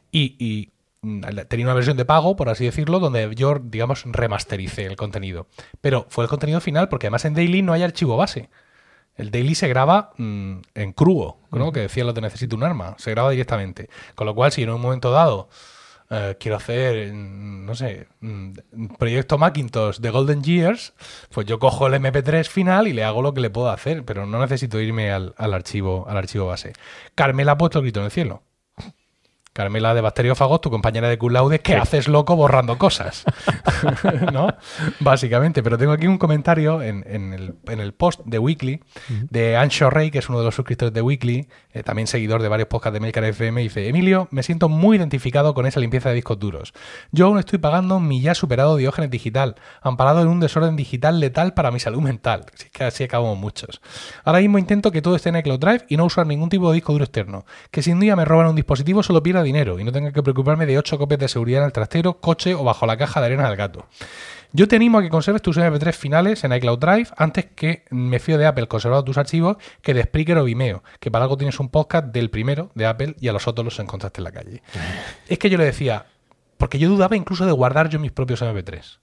Y tenía una versión de pago, por así decirlo, donde yo, digamos, remastericé el contenido. Pero fue el contenido final, porque además en Daily no hay archivo base. El Daily se graba en crudo, ¿no? Que decía lo de necesito un arma. Se graba directamente. Con lo cual, si en un momento dado quiero hacer, no sé, proyecto Macintosh de Golden Years, pues yo cojo el MP3 final y le hago lo que le puedo hacer, pero no necesito irme al archivo base. Carmela ha puesto el grito en el cielo. Carmela de Bacteriófagos, tu compañera de cum laude, que haces loco borrando cosas, ¿no? Básicamente. Pero tengo aquí un comentario en el post de Weekly de Ancho Rey, que es uno de los suscriptores de Weekly, también seguidor de varios podcasts de Milcar FM, y dice: Emilio, me siento muy identificado con esa limpieza de discos duros. Yo aún estoy pagando mi ya superado Diógenes digital, amparado en un desorden digital letal para mi salud mental. Así que así acabamos muchos. Ahora mismo intento que todo esté en iCloud Drive y no usar ningún tipo de disco duro externo. Que si un día me roban un dispositivo solo pierda dinero y no tenga que preocuparme de 8 copias de seguridad en el trastero, coche o bajo la caja de arena del gato. Yo te animo a que conserves tus MP3 finales en iCloud Drive antes que me fío de Apple conservando tus archivos que de Spreaker o Vimeo, que para algo tienes un podcast del primero de Apple y a los otros los encontraste en la calle. Es que yo le decía, porque yo dudaba incluso de guardar yo mis propios MP3.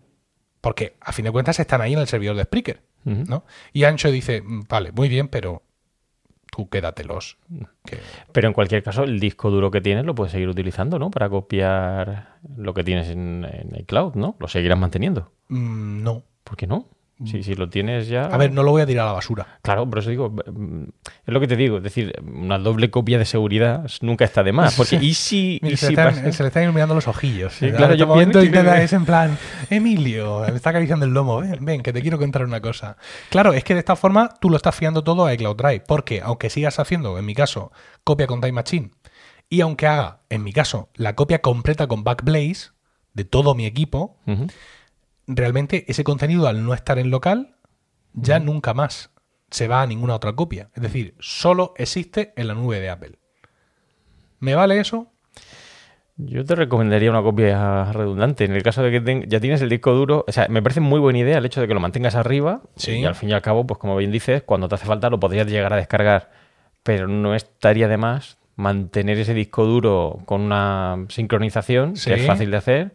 Porque a fin de cuentas están ahí en el servidor de Spreaker, ¿no? Y Ancho dice, vale, muy bien, pero tú quédatelos. Pero en cualquier caso, el disco duro que tienes lo puedes seguir utilizando, ¿no? Para copiar lo que tienes en iCloud, ¿no? Lo seguirás manteniendo. No. ¿Por qué no? Si lo tienes ya... A ver, no lo voy a tirar a la basura. Claro, por eso digo, es lo que te digo, es decir, una doble copia de seguridad nunca está de más. Porque ¿y si se le están iluminando los ojillos. Sí, claro, yo momento es en plan, Emilio, me está acariciando el lomo, ven, que te quiero contar una cosa. Claro, es que de esta forma tú lo estás fiando todo a iCloud Drive, porque aunque sigas haciendo, en mi caso, copia con Time Machine, y aunque haga, en mi caso, la copia completa con Backblaze de todo mi equipo, realmente ese contenido, al no estar en local, ya nunca más se va a ninguna otra copia. Es decir, solo existe en la nube de Apple. ¿Me vale eso? Yo te recomendaría una copia redundante. En el caso de que ya tienes el disco duro, o sea, me parece muy buena idea el hecho de que lo mantengas arriba, sí. Y al fin y al cabo, pues como bien dices, cuando te hace falta lo podrías llegar a descargar, pero no estaría de más mantener ese disco duro con una sincronización, sí, que es fácil de hacer,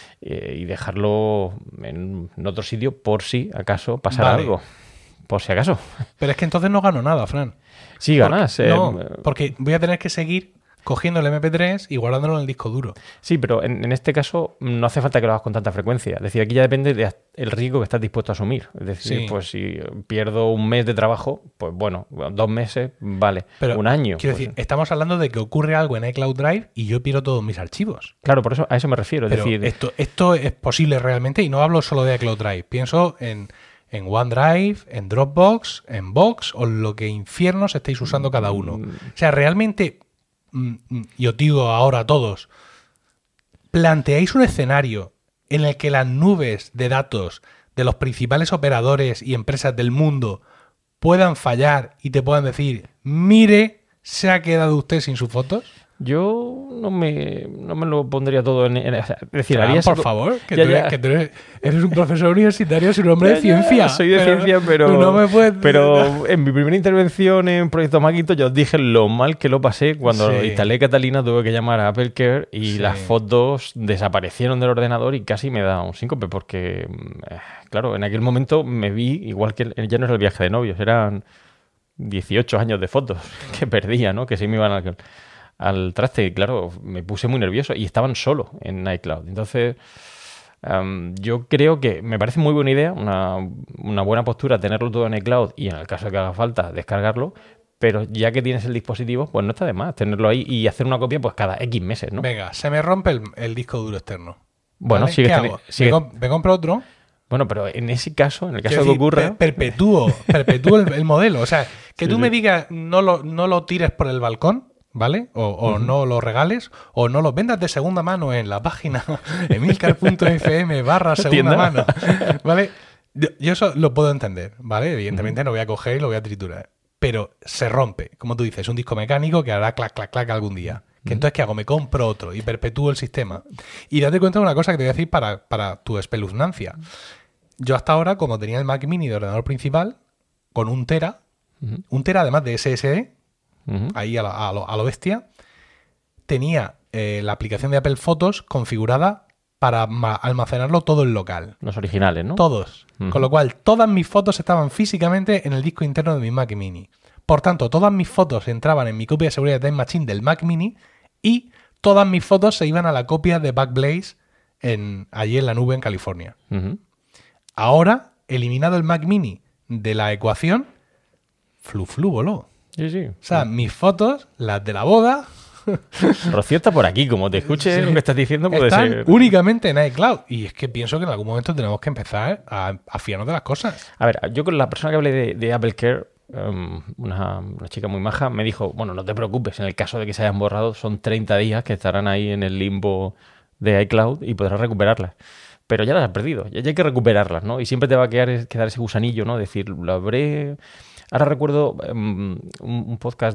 y dejarlo en otro sitio por si acaso pasara algo. Por si acaso. Pero es que entonces no gano nada, Fran. Sí, ganas. No, porque voy a tener que seguir cogiendo el MP3 y guardándolo en el disco duro. Sí, pero en este caso no hace falta que lo hagas con tanta frecuencia. Es decir, aquí ya depende del riesgo que estás dispuesto a asumir. Es decir, sí, pues si pierdo un mes de trabajo, pues bueno, 2 meses, vale. Pero un año. Quiero decir, estamos hablando de que ocurre algo en iCloud Drive y yo pierdo todos mis archivos. Claro, por eso a eso me refiero. Es decir, esto es posible realmente, y no hablo solo de iCloud Drive. Pienso en OneDrive, en Dropbox, en Box o lo que infiernos estéis usando cada uno. O sea, realmente... Y os digo ahora a todos, planteáis un escenario en el que las nubes de datos de los principales operadores y empresas del mundo puedan fallar y te puedan decir, mire, ¿se ha quedado usted sin sus fotos? Yo no me lo pondría todo es decir, harías por favor, que tú eres un profesor universitario, eres un hombre de ciencia. Soy de ciencia, pero no me puedes... Pero en mi primera intervención en Proyecto Macintosh yo os dije lo mal que lo pasé cuando instalé Catalina, tuve que llamar a Apple Care y las fotos desaparecieron del ordenador y casi me da un síncope porque, claro, en aquel momento me vi igual que ya no era el viaje de novios, eran 18 años de fotos que perdía, ¿no? Que se me iban al traste, y claro, me puse muy nervioso y estaban solo en iCloud. Entonces, yo creo que me parece muy buena idea, una buena postura tenerlo todo en iCloud y en el caso de que haga falta descargarlo, pero ya que tienes el dispositivo, pues no está de más tenerlo ahí y hacer una copia pues cada X meses, ¿no? Venga, se me rompe el disco duro externo. Bueno, ¿vale? ¿Qué hago? ¿Me compro otro? Bueno, pero en ese caso, en el caso de que ocurra... Perpetúo el modelo. O sea, que tú me digas no lo tires por el balcón, ¿vale? O no lo regales, o no lo vendas de segunda mano en la página emilcar.fm/segunda mano, ¿vale? Yo eso lo puedo entender, ¿vale? Evidentemente no voy a coger y lo voy a triturar. Pero se rompe, como tú dices, un disco mecánico que hará clac, clac, clac algún día. Que entonces, ¿qué hago? Me compro otro y perpetúo el sistema. Y date cuenta de una cosa que te voy a decir para tu espeluznancia. Yo hasta ahora, como tenía el Mac Mini de ordenador principal, con 1 tera, 1 tera además de SSD, ahí a lo bestia, tenía la aplicación de Apple Photos configurada para almacenarlo todo en local. Los originales, ¿no? Todos. Con lo cual, todas mis fotos estaban físicamente en el disco interno de mi Mac Mini. Por tanto, todas mis fotos entraban en mi copia de seguridad de Time Machine del Mac Mini y todas mis fotos se iban a la copia de Backblaze allí en la nube en California. Ujú. Ahora, eliminado el Mac Mini de la ecuación, flu voló. Sí, sí. O sea, mis fotos, las de la boda, Rocío está por aquí, como te escuche Sí. lo que estás diciendo, puede están ser. únicamente en iCloud. Y es que pienso que en algún momento tenemos que empezar a fiarnos de las cosas. A ver, yo con la persona que hablé de Apple Care, una chica muy maja, me dijo, bueno, no te preocupes, en el caso de que se hayan borrado, son 30 días que estarán ahí en el limbo de iCloud y podrás recuperarlas. Pero ya las has perdido, ya hay que recuperarlas, ¿no? Y siempre te va a quedar ese gusanillo, ¿no? Decir, lo habré... Ahora recuerdo un podcast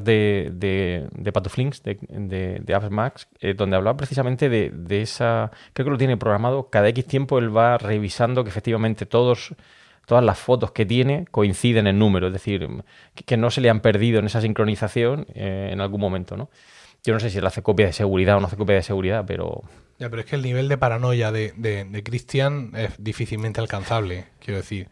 de Patuflinks, de Apps Max, donde hablaba precisamente de esa... Creo que lo tiene programado. Cada X tiempo él va revisando que efectivamente todas las fotos que tiene coinciden en número. Es decir, que no se le han perdido en esa sincronización en algún momento, ¿no? Yo no sé si él hace copia de seguridad o no hace copia de seguridad, pero... Ya, pero es que el nivel de paranoia de Christian es difícilmente alcanzable, quiero decir.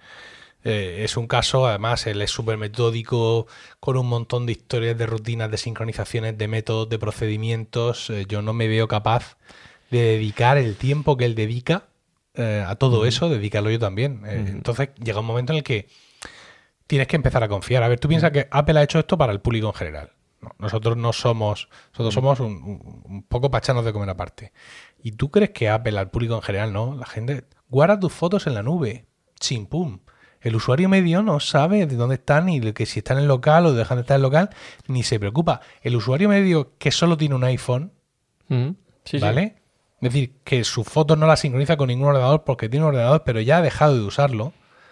Es un caso, además, él es súper metódico, con un montón de historias, de rutinas, de sincronizaciones, de métodos, de procedimientos. Yo no me veo capaz de dedicar el tiempo que él dedica a todo eso, dedicarlo yo también. Entonces llega un momento en el que tienes que empezar a confiar. A ver, tú piensas que Apple ha hecho esto para el público en general. No, nosotros somos un poco pachanos de comer aparte. ¿Y tú crees que Apple al público en general no? La gente guarda tus fotos en la nube, chimpum. El usuario medio no sabe de dónde están ni de que si están en el local o dejan de estar en el local, ni se preocupa. El usuario medio que solo tiene un iPhone, Sí, ¿vale? Es decir, que sus fotos no las sincroniza con ningún ordenador porque tiene un ordenador, pero ya ha dejado de usarlo.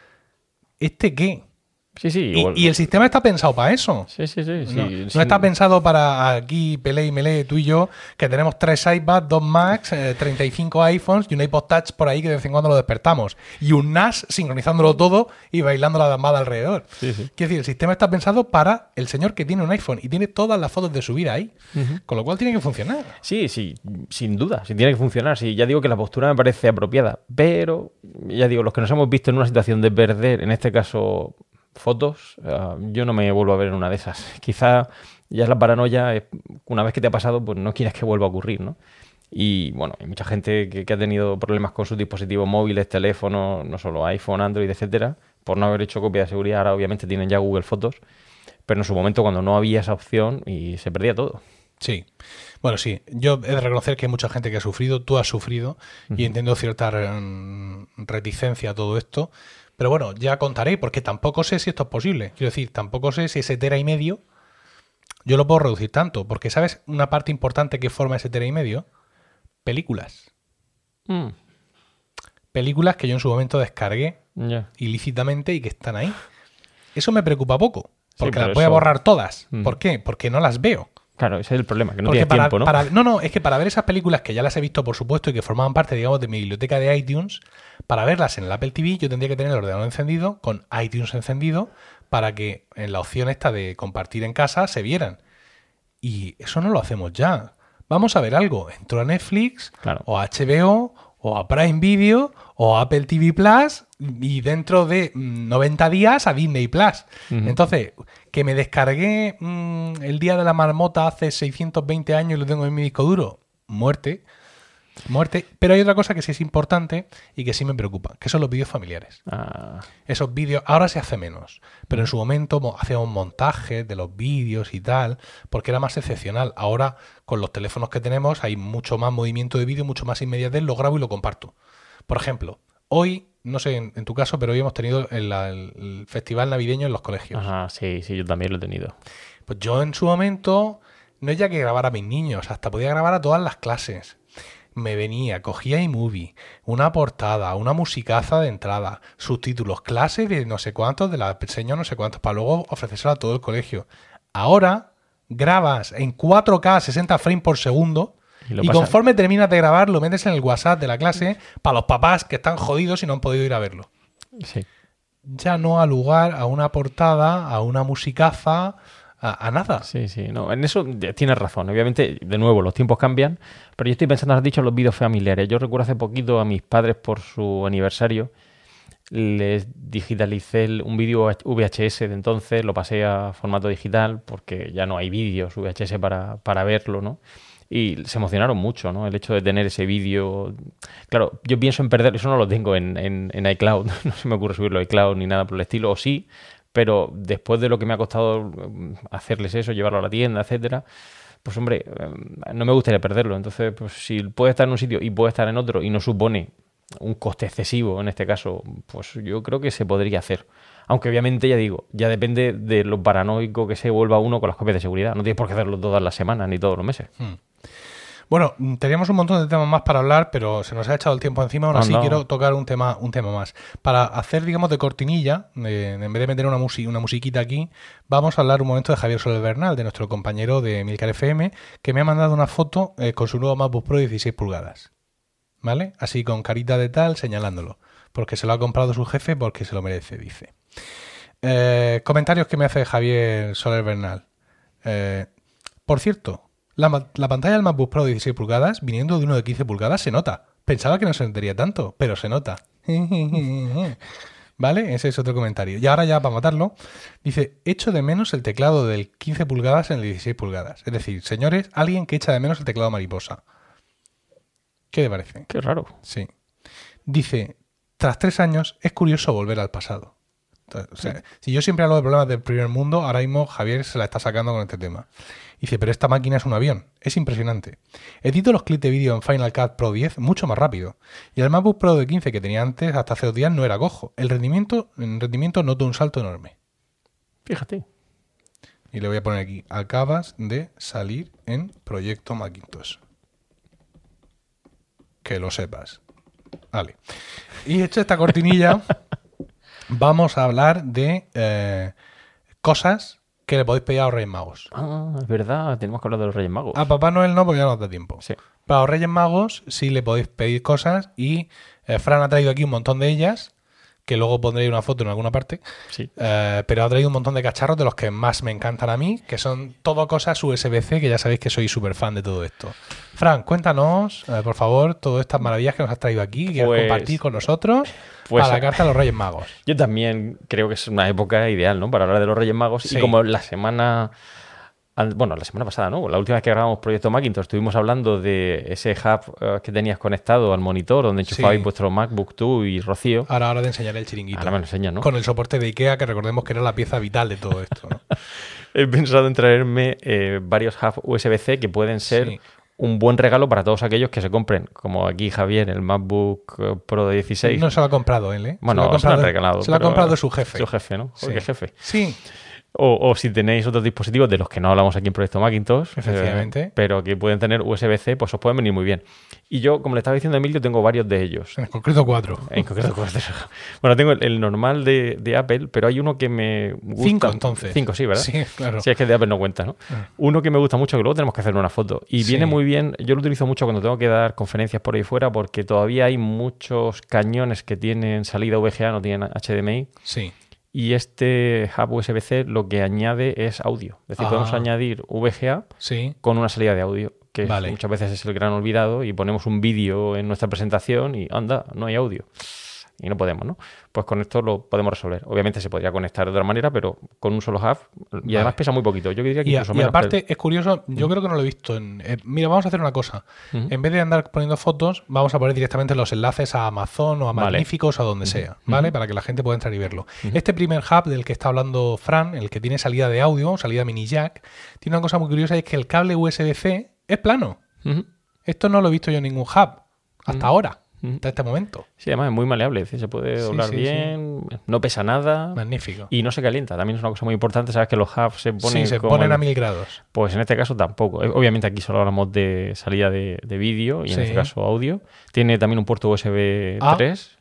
¿Este qué? Sí, sí. Y el sistema está pensado para eso. Sí. No está pensado para aquí, Pelé y Melé, tú y yo, que tenemos 3 iPads, 2 Macs, 35 iPhones y un iPod Touch por ahí que de vez en cuando lo despertamos. Y un NAS sincronizándolo todo y bailando la dambada alrededor. Sí. Quiero decir, el sistema está pensado para el señor que tiene un iPhone y tiene todas las fotos de su vida ahí. Con lo cual tiene que funcionar. Sí, sin duda, sí tiene que funcionar. Sí, ya digo que la postura me parece apropiada, pero ya digo, los que nos hemos visto en una situación de perder, en este caso, fotos, yo no me vuelvo a ver en una de esas. Quizá ya es la paranoia, una vez que te ha pasado, pues no quieres que vuelva a ocurrir, ¿no? Y bueno, hay mucha gente que ha tenido problemas con sus dispositivos móviles, teléfonos, no solo iPhone, Android, etcétera, por no haber hecho copia de seguridad. Ahora obviamente tienen ya Google Fotos, pero en su momento cuando no había esa opción y se perdía todo. Sí. Bueno, sí. Yo he de reconocer que hay mucha gente que ha sufrido, tú has sufrido, y entiendo cierta reticencia a todo esto. Pero bueno, ya contaré, porque tampoco sé si esto es posible. Quiero decir, tampoco sé si ese tera y medio yo lo puedo reducir tanto. Porque, ¿sabes una parte importante que forma ese tera y medio? Películas. Películas que yo en su momento descargué ilícitamente y que están ahí. Eso me preocupa poco, porque pero las voy a eso- borrar todas. ¿Por qué? Porque no las veo. Claro, ese es el problema, que no Porque tienes tiempo, ¿no? No, es que para ver esas películas que ya las he visto, por supuesto, y que formaban parte, digamos, de mi biblioteca de iTunes, para verlas en el Apple TV yo tendría que tener el ordenador encendido, con iTunes encendido, para que en la opción esta de compartir en casa se vieran. Y eso no lo hacemos ya. Vamos a ver algo. Entro a Netflix, Claro. o a HBO, o a Prime Video, o a Apple TV Plus, y dentro de 90 días a Disney Plus. Entonces, que me descargué el día de la marmota hace 620 años y lo tengo en mi disco duro, muerte. Pero hay otra cosa que sí es importante y que sí me preocupa, que son los vídeos familiares. Esos vídeos, ahora se hace menos, pero en su momento hacíamos montajes de los vídeos y tal, porque era más excepcional. Ahora, con los teléfonos que tenemos, hay mucho más movimiento de vídeo, mucho más inmediatez, lo grabo y lo comparto. Por ejemplo, hoy, no sé en tu caso, pero hoy hemos tenido el festival navideño en los colegios. Ajá, sí, yo también lo he tenido. Pues yo en su momento, no es ya que grabar a mis niños, hasta podía grabar a todas las clases. Me venía, cogía iMovie, una portada, una musicaza de entrada, subtítulos, clase de no sé cuántos, de la señora no sé cuántos, para luego ofrecérselo a todo el colegio. Ahora grabas en 4K 60 frames por segundo y conforme terminas de grabar lo metes en el WhatsApp de la clase para los papás que están jodidos y no han podido ir a verlo. Sí. Ya no ha lugar a una portada, a una musicaza, a nada. Sí, no, en eso tienes razón. Obviamente, de nuevo, los tiempos cambian, pero yo estoy pensando, has dicho, en los vídeos familiares. Yo recuerdo hace poquito a mis padres por su aniversario, les digitalicé un vídeo VHS de entonces, lo pasé a formato digital porque ya no hay vídeos VHS para verlo, ¿no? y se emocionaron mucho, ¿no? El hecho de tener ese vídeo. Claro, yo pienso en perderlo, eso no lo tengo en iCloud, no se me ocurre subirlo a iCloud ni nada por el estilo, o sí, pero después de lo que me ha costado hacerles eso, llevarlo a la tienda, etcétera, pues hombre, no me gustaría perderlo. Entonces, pues si puede estar en un sitio y puede estar en otro y no supone un coste excesivo, en este caso, pues yo creo que se podría hacer. Aunque obviamente, ya digo, ya depende de lo paranoico que se vuelva uno con las copias de seguridad. No tienes por qué hacerlo todas las semanas ni todos los meses. Bueno, teníamos un montón de temas más para hablar, pero se nos ha echado el tiempo encima. Aún así, quiero tocar un tema más. Para hacer, digamos, de cortinilla, en vez de meter una musiquita aquí, vamos a hablar un momento de Javier Soler Bernal, de nuestro compañero de Milcar FM, que me ha mandado una foto con su nuevo MacBook Pro 16 pulgadas. ¿Vale? Así con carita de tal, señalándolo. Porque se lo ha comprado su jefe, porque se lo merece, dice. Comentarios que me hace Javier Soler Bernal. Por cierto, la pantalla del MacBook Pro de 16 pulgadas, viniendo de uno de 15 pulgadas, se nota. Pensaba que no se notaría tanto, pero se nota. ¿Vale? Ese es otro comentario. Y ahora ya, para matarlo, dice, echo de menos el teclado del 15 pulgadas en el 16 pulgadas. Es decir, señores, alguien que echa de menos el teclado mariposa. ¿Qué te parece? Qué raro. Sí. Dice, tras 3 años es curioso volver al pasado. Entonces, o sea, si yo siempre hablo de problemas del primer mundo, ahora mismo Javier se la está sacando con este tema. Dice, pero esta máquina es un avión. Es impresionante. Edito los clips de vídeo en Final Cut Pro 10 mucho más rápido. Y el MacBook Pro de 15 que tenía antes, hasta hace 2 días, no era cojo. En rendimiento noto un salto enorme. Fíjate. Y le voy a poner aquí, acabas de salir en Proyecto Macintosh. Que lo sepas. Vale. Y hecha esta cortinilla, vamos a hablar de cosas que le podéis pedir a los Reyes Magos. Ah, es verdad, tenemos que hablar de los Reyes Magos. A Papá Noel no, porque ya no nos da tiempo. Sí. Para los Reyes Magos sí le podéis pedir cosas y Fran ha traído aquí un montón de ellas, que luego pondré una foto en alguna parte, Sí. pero ha traído un montón de cacharros de los que más me encantan a mí, que son todo cosas USB-C, que ya sabéis que soy súper fan de todo esto. Fran, cuéntanos, por favor, todas estas maravillas que nos has traído aquí, que quieres compartir con nosotros para la carta de los Reyes Magos. Yo también creo que es una época ideal, ¿no?, para hablar de los Reyes Magos. Sí. Y como la semana pasada, ¿no?, la última vez que grabamos Proyecto Macintosh, estuvimos hablando de ese hub que tenías conectado al monitor, donde enchufabais vuestro MacBook tú y Rocío. Ahora te enseñaré el chiringuito. Ahora me lo enseñas, ¿no? Con el soporte de IKEA, que recordemos que era la pieza vital de todo esto, ¿no? He pensado en traerme varios hubs USB-C que pueden ser un buen regalo para todos aquellos que se compren, como aquí Javier, el MacBook Pro de 16. No se lo ha comprado él, ¿eh? Bueno, se lo han regalado. Se lo ha comprado su jefe. Su jefe, ¿no? Sí. Porque jefe. Sí. O si tenéis otros dispositivos de los que no hablamos aquí en Proyecto Macintosh, Efectivamente. pero que pueden tener USB-C, pues os pueden venir muy bien. Y yo, como le estaba diciendo a Emilio, tengo varios de ellos. En concreto 4. En concreto 4. Bueno, tengo el normal de Apple, pero hay uno que me gusta. 5, entonces. 5, sí, ¿verdad? Sí, claro. Sí, es que el de Apple no cuenta, ¿no? Uno que me gusta mucho, que luego tenemos que hacer una foto. Y viene muy bien, yo lo utilizo mucho cuando tengo que dar conferencias por ahí fuera, porque todavía hay muchos cañones que tienen salida VGA, no tienen HDMI. Sí. Y este hub USB-C lo que añade es audio. Es decir, podemos añadir VGA con una salida de audio, que muchas veces es el gran olvidado, y ponemos un vídeo en nuestra presentación y anda, no hay audio. Y no podemos, ¿no? Pues con esto lo podemos resolver. Obviamente se podría conectar de otra manera, pero con un solo hub. Y además pesa muy poquito. Yo diría que incluso menos. Y aparte, es curioso, yo creo que no lo he visto. Mira, vamos a hacer una cosa. En vez de andar poniendo fotos, vamos a poner directamente los enlaces a Amazon o a Magníficos o a donde sea, ¿vale? Para que la gente pueda entrar y verlo. Este primer hub del que está hablando Fran, el que tiene salida de audio, salida mini jack, tiene una cosa muy curiosa, y es que el cable USB-C es plano. Esto no lo he visto yo en ningún hub hasta ahora. Hasta este momento. Sí, además es muy maleable, es decir, se puede doblar bien, no pesa nada. Magnífico. Y no se calienta, también es una cosa muy importante. Sabes que los hubs se ponen, ponen a 1000 grados. Pues en este caso tampoco. Obviamente aquí solo hablamos de salida de vídeo y en este caso audio. Tiene también un puerto USB 3.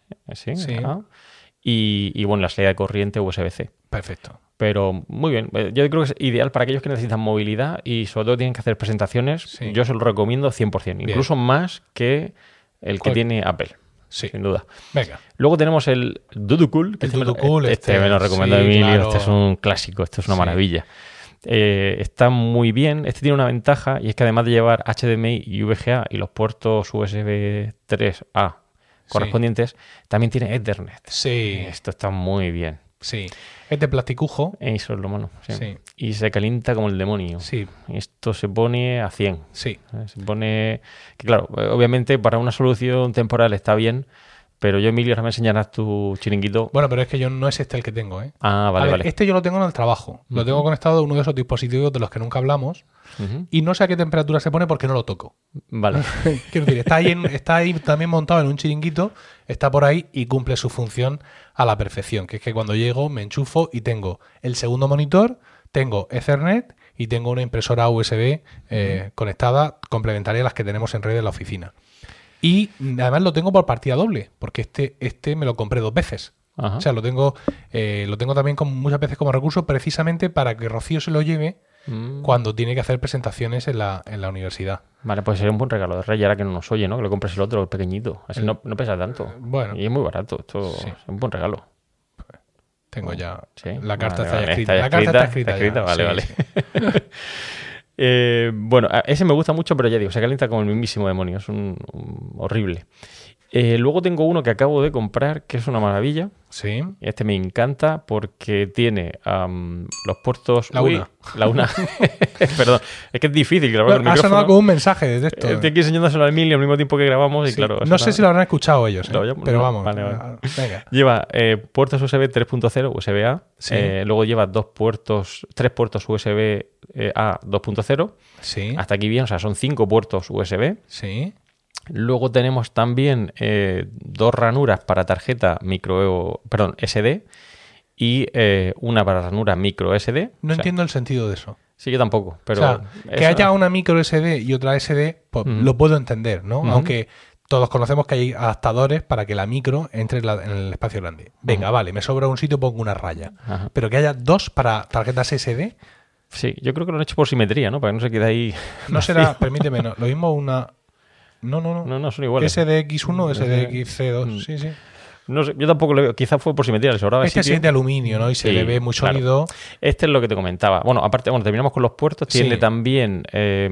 Y bueno, la salida de corriente USB-C. Perfecto. Pero muy bien. Yo creo que es ideal para aquellos que necesitan movilidad y sobre todo tienen que hacer presentaciones. Yo se lo recomiendo 100%. Bien. Incluso más que el que tiene Apple, sin duda. Venga. Luego tenemos el Doodle. Este me lo recomiendo Emilio. Claro. Este es un clásico, esto es una maravilla. Está muy bien. Este tiene una ventaja, y es que además de llevar HDMI y VGA y los puertos USB 3A correspondientes, también tiene Ethernet. Sí. Esto está muy bien. Sí. Es de plasticujo. Eso es lo malo. Sí. Sí. Y se calienta como el demonio. Sí. Esto se pone a 100. Sí. Se pone... Que claro, obviamente para una solución temporal está bien, pero yo, Emilio, ahora me enseñarás tu chiringuito. Bueno, pero es que yo no es este el que tengo, ¿eh? Ah, A vale, ver, vale. este yo lo tengo en el trabajo. Lo tengo conectado a uno de esos dispositivos de los que nunca hablamos Ujú. y no sé a qué temperatura se pone porque no lo toco. Vale. Quiero decir, está ahí también montado en un chiringuito, está por ahí y cumple su función a la perfección, que es que cuando llego me enchufo y tengo el segundo monitor, tengo Ethernet y tengo una impresora USB conectada, complementaria a las que tenemos en red en la oficina. Y además lo tengo por partida doble, porque este me lo compré 2 veces. Ajá. O sea, lo tengo también muchas veces como recurso precisamente para que Rocío se lo lleve cuando tiene que hacer presentaciones en la universidad. Vale, pues sería un buen regalo de Reyes, ahora que no nos oye, ¿no? Que lo compres el otro, el pequeñito. Así no pesa tanto. Bueno. Y es muy barato. Esto Sí. es un buen regalo. Tengo ya... Sí. La carta Vale, está ya vale. escrita. La carta está escrita ya. Vale, Sí, vale. sí. Bueno, ese me gusta mucho, pero ya digo, se calienta como el mismísimo demonio. Es horrible. Luego tengo uno que acabo de comprar, que es una maravilla. Sí. Este me encanta porque tiene los puertos... La Uy, una. La una. Perdón, es que es difícil grabar Bueno, con el ha micrófono. sonado como un mensaje de texto. Estoy aquí enseñándoselo a Emilio al mismo tiempo que grabamos y Sí. claro... No sé si lo habrán escuchado ellos, Lo oye- pero no, vamos. vale. Venga. Lleva puertos USB 3.0, USB-A. Sí. Luego lleva 3 puertos USB A 2.0. Sí. Hasta aquí bien, o sea, son 5 puertos USB. Sí. Luego tenemos también 2 ranuras para tarjeta SD y una para ranura micro SD. No O sea, entiendo el sentido de eso. Sí, yo tampoco, pero... o sea, que eso- haya una micro SD y otra SD, pues lo puedo entender, ¿no? Aunque todos conocemos que hay adaptadores para que la micro entre en el espacio grande. Venga, vale, me sobra un sitio, pongo una raya. Ajá. Pero que haya 2 para tarjetas SD, Sí, yo creo que lo han hecho por simetría, ¿no? Para que no se quede ahí... no será, permíteme, no, lo mismo una... No. No, son iguales. SDX1, SDXC2, sí, sí. No sé, yo tampoco lo veo. Quizás fue por simetría, le sobraba Este sí sitio. es de aluminio, ¿no? Y se Sí, le ve muy claro. sólido. Este es lo que te comentaba. Bueno, aparte, terminamos con los puertos. Sí. Tiene también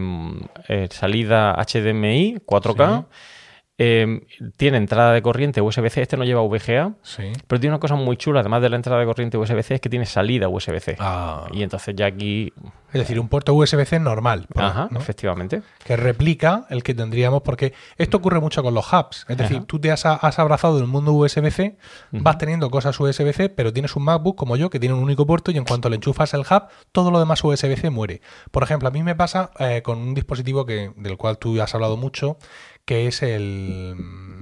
salida HDMI 4K. Tiene entrada de corriente USB-C. Este no lleva VGA. Sí. Pero tiene una cosa muy chula, además de la entrada de corriente USB-C, es que tiene salida USB-C. Ah. Y entonces ya aquí... Es decir, un puerto USB-C normal, Ajá, ¿no? efectivamente. Que replica el que tendríamos, porque esto ocurre mucho con los hubs. Es decir, Ajá. tú te has abrazado del mundo USB-C, vas teniendo cosas USB-C, pero tienes un MacBook como yo que tiene un único puerto y en cuanto le enchufas el hub, todo lo demás USB-C muere. Por ejemplo, a mí me pasa con un dispositivo del cual tú has hablado mucho, que es el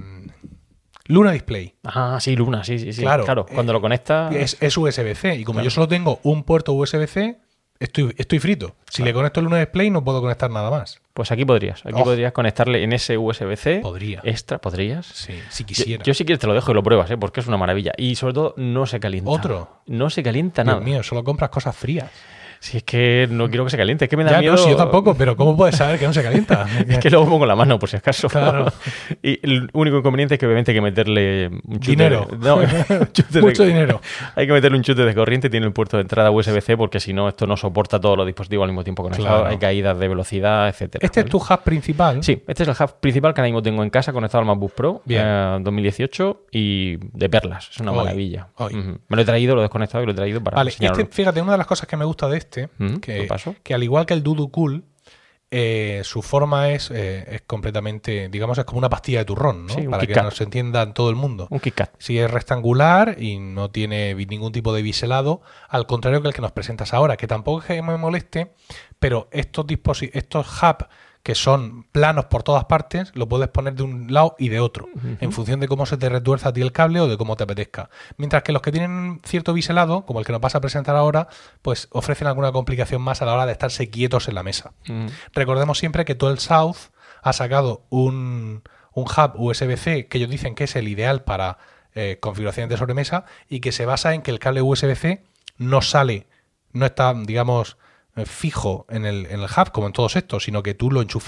Luna Display. Ah, sí, Luna, sí. Claro. Cuando lo conectas... Es USB-C y como Claro. yo solo tengo un puerto USB-C, estoy frito. Si le conecto el Luna Display no puedo conectar nada más. Pues aquí podrías. Aquí Oh. podrías conectarle en ese USB-C. Podría. Extra, ¿podrías? Sí, si Yo, quisiera. yo si quieres te lo dejo y lo pruebas, porque es una maravilla. Y sobre todo no se calienta. Otro. No se calienta Dios nada. mío, solo compras cosas frías. Si es que no quiero que se caliente, es que me da Ya, miedo. no, si yo tampoco, pero ¿cómo puedes saber que no se calienta? Es que luego pongo la mano, por si acaso. Claro. Y el único inconveniente es que obviamente hay que meterle un chute Dinero. No, un chute Mucho dinero. Hay que meterle un chute de corriente, tiene el puerto de entrada USB-C, porque si no, esto no soporta todos los dispositivos al mismo tiempo conectados. Claro. Hay caídas de velocidad, etcétera. ¿Este es tu hub principal? Sí, este es el hub principal que ahora mismo tengo en casa conectado al MacBook Pro Bien. 2018 y de perlas. Es una Hoy. maravilla. Hoy. Ujú. Me lo he traído, lo he desconectado y lo he traído para Vale, enseñarlo. fíjate, una de las cosas que me gusta de este, ¿qué pasó? que al igual que el Dudu Cool, su forma es completamente, digamos, es como una pastilla de turrón, ¿no? Sí, un Para que KitKat. nos entienda en todo el mundo. Un KitKat. Si es rectangular y no tiene ningún tipo de biselado, al contrario que el que nos presentas ahora, que tampoco es que me moleste, pero estos hubs que son planos por todas partes, lo puedes poner de un lado y de otro, en función de cómo se te retuerza a ti el cable o de cómo te apetezca. Mientras que los que tienen cierto biselado, como el que nos vas a presentar ahora, pues ofrecen alguna complicación más a la hora de estarse quietos en la mesa. Recordemos siempre que todo el South ha sacado un hub USB-C que ellos dicen que es el ideal para configuraciones de sobremesa y que se basa en que el cable USB-C no está, digamos, fijo en el hub como en todos estos, sino que tú lo enchufas.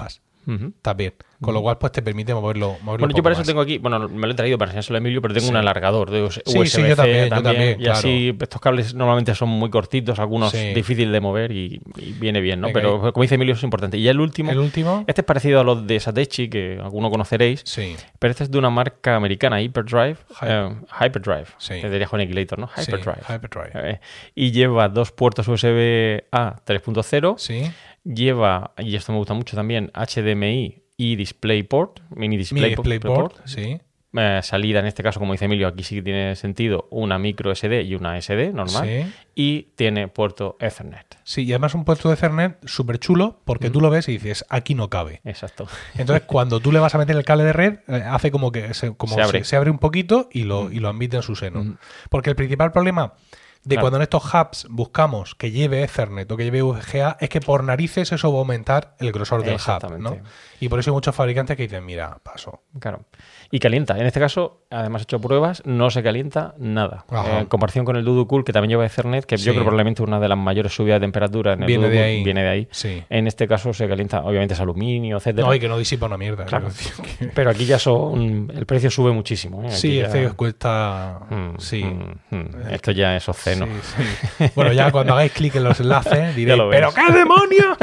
también. Con lo cual, pues te permite moverlo Bueno, yo para eso tengo aquí, bueno, me lo he traído para enseñárselo a Emilio, pero tengo un alargador de USB-C sí, yo también, y claro. así estos cables normalmente son muy cortitos, algunos difíciles de mover y viene bien, ¿no? Pero como dice Emilio, es importante. Y el último, este es parecido a los de Satechi, que alguno conoceréis, pero este es de una marca americana, Hyperdrive, que diría con Equilator, ¿no? Hyperdrive. Y lleva 2 puertos USB-A 3.0, lleva, y esto me gusta mucho también, HDMI y DisplayPort, mini DisplayPort, salida en este caso, como dice Emilio, aquí sí que tiene sentido, una micro SD y una SD normal, y tiene puerto Ethernet. Sí, y además un puerto de Ethernet súper chulo, porque tú lo ves y dices, aquí no cabe. Exacto. Entonces, cuando tú le vas a meter el cable de red, hace como que se abre un poquito y lo admite en su seno. Porque el principal problema de cuando en estos hubs buscamos que lleve Ethernet o que lleve VGA es que por narices eso va a aumentar el grosor del hub, ¿no? Y por eso hay muchos fabricantes que dicen, mira, paso. Claro. Y calienta. En este caso, además he hecho pruebas, no se calienta nada. En comparación con el Dudu-Cool, que también lleva Ethernet, que yo creo probablemente una de las mayores subidas de temperatura en el viene de ahí. Sí. En este caso se calienta, obviamente es aluminio, etcétera. No, y que no disipa una mierda. Claro. Pero aquí ya el precio sube muchísimo. Sí, este cuesta... Esto ya es obsceno. Sí. Bueno, ya cuando hagáis clic en los enlaces diréis, ¡pero qué demonios!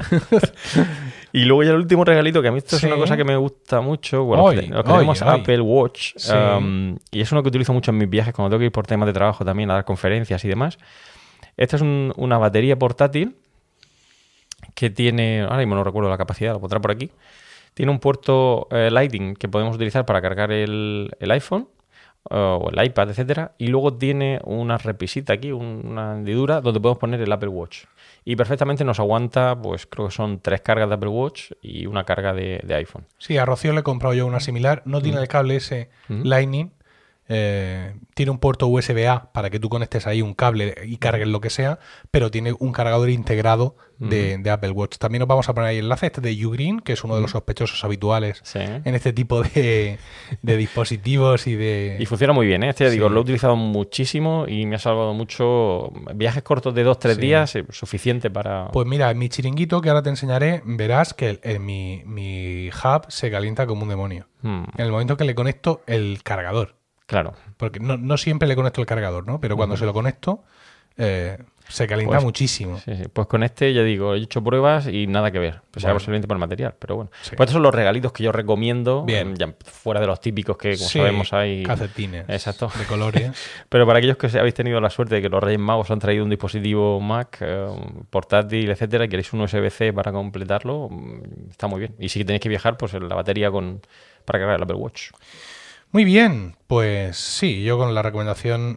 Y luego ya el último regalito, que a mí esto es una cosa que me gusta mucho. Bueno, lo que tenemos Apple Watch. Y es uno que utilizo mucho en mis viajes cuando tengo que ir por temas de trabajo también a dar conferencias y demás. Esta es una batería portátil que tiene, ahora mismo no recuerdo la capacidad, lo pondrá por aquí. Tiene un puerto Lightning que podemos utilizar para cargar el iPhone o el iPad, etcétera, y luego tiene una repisita aquí, una hendidura donde podemos poner el Apple Watch. Y perfectamente nos aguanta, pues creo que son 3 cargas de Apple Watch y una carga de iPhone. Sí, a Rocío le he comprado yo una similar. No tiene el cable ese Lightning. Tiene un puerto USB-A para que tú conectes ahí un cable y cargues lo que sea, pero tiene un cargador integrado de Apple Watch. También nos vamos a poner ahí el enlace este de Ugreen, que es uno de los sospechosos habituales en este tipo de dispositivos y de... Y funciona muy bien, ¿eh? Este ya digo, lo he utilizado muchísimo y me ha salvado mucho. Viajes cortos de 2-3 días, suficiente para... Pues mira, en mi chiringuito, que ahora te enseñaré, verás que mi hub se calienta como un demonio. En el momento que le conecto el cargador. Claro. Porque no siempre le conecto el cargador, ¿no? Pero cuando se lo conecto, se calienta muchísimo. Sí. Pues con este, ya digo, he hecho pruebas y nada que ver. Pues será posiblemente por el material, pero bueno. Pues estos son los regalitos que yo recomiendo. Bien. Ya fuera de los típicos que, como sabemos, hay... calcetines. Exacto. De colores. Pero para aquellos que habéis tenido la suerte de que los Reyes Magos han traído un dispositivo Mac, portátil, etcétera, y queréis un USB-C para completarlo, está muy bien. Y si tenéis que viajar, pues la batería para cargar el Apple Watch. Muy bien, pues sí, yo con la recomendación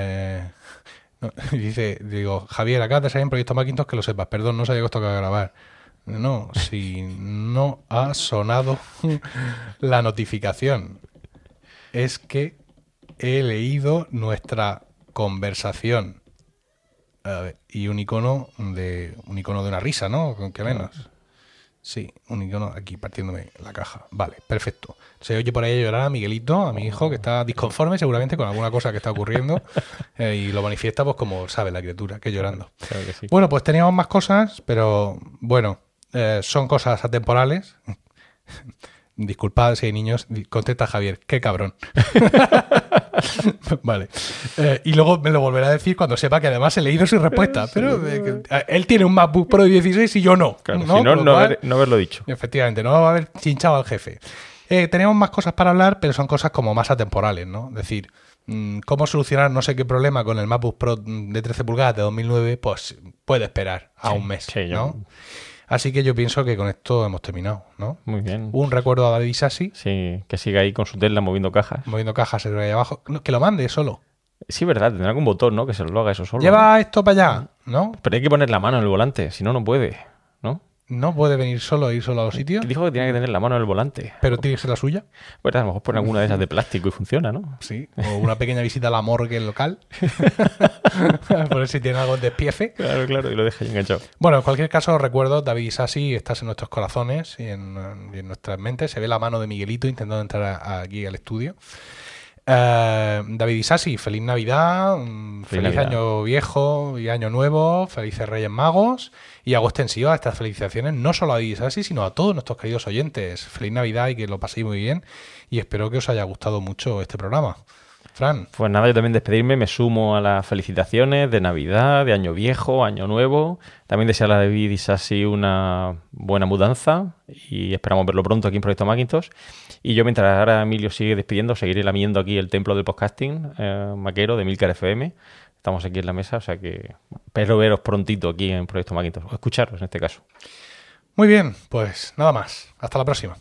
digo, Javier, acá te sale en Proyecto Macintosh, que lo sepas, perdón, no sabía que esto tocaba grabar. No, si no ha sonado la notificación, es que he leído nuestra conversación. A ver, y un icono de una risa, ¿no? ¿Qué menos? Sí, un icono aquí partiéndome la caja. Vale, perfecto. Se oye por ahí llorar a Miguelito, a mi hijo, que está disconforme seguramente con alguna cosa que está ocurriendo y lo manifiesta pues como sabe la criatura, que llorando. Claro que sí. Bueno, pues teníamos más cosas, pero bueno, son cosas atemporales. Disculpad si hay niños, contesta Javier, qué cabrón. Vale. Y luego me lo volverá a decir cuando sepa que además he leído su respuesta. Pero él tiene un MacBook Pro 16 y yo no. Claro, ¿no? Si no haberlo dicho. Efectivamente, no va a haber chinchado al jefe. Tenemos más cosas para hablar, pero son cosas como más atemporales, ¿no? Es decir, cómo solucionar no sé qué problema con el MacBook Pro de 13 pulgadas de 2009, pues puede esperar a un mes, ¿no? Así que yo pienso que con esto hemos terminado, ¿no? Muy bien. Un recuerdo a David Sassi. Sí, que siga ahí con su Tesla moviendo cajas. Moviendo cajas ahí abajo. No, que lo mande solo. Sí, verdad, tendrá algún botón, ¿no? Que se lo haga eso solo. Lleva esto para allá, ¿no? Pero hay que poner la mano en el volante, si no, no puede, ¿no? No puede venir solo e ir solo a los sitios. Dijo que tenía que tener la mano en el volante. Pero tiene que ser la suya. Pues a lo mejor pone alguna de esas de plástico y funciona, ¿no? Sí, o una pequeña visita a la morgue local. Por ver si tiene algo en despiece. Claro, y lo deja ahí enganchado. Bueno, en cualquier caso, os recuerdo, David Sassi, estás en nuestros corazones y en nuestras mentes. Se ve la mano de Miguelito intentando entrar aquí al estudio. David Isasi, feliz Navidad, feliz Navidad. Año Viejo y Año Nuevo, felices Reyes Magos, y hago extensiva estas felicitaciones no solo a David Isasi, sino a todos nuestros queridos oyentes. Feliz Navidad y que lo paséis muy bien, y espero que os haya gustado mucho este programa. Fran. Pues nada, yo también despedirme, me sumo a las felicitaciones de Navidad, de Año Viejo, Año Nuevo. También desearle a David Isasi una buena mudanza y esperamos verlo pronto aquí en Proyecto Macintosh. Y yo, mientras ahora Emilio sigue despidiendo, seguiré lamiendo aquí el templo del podcasting maquero de Emilcar FM. Estamos aquí en la mesa, o sea que espero veros prontito aquí en Proyecto Macintosh, o escucharos en este caso. Muy bien, pues nada más. Hasta la próxima.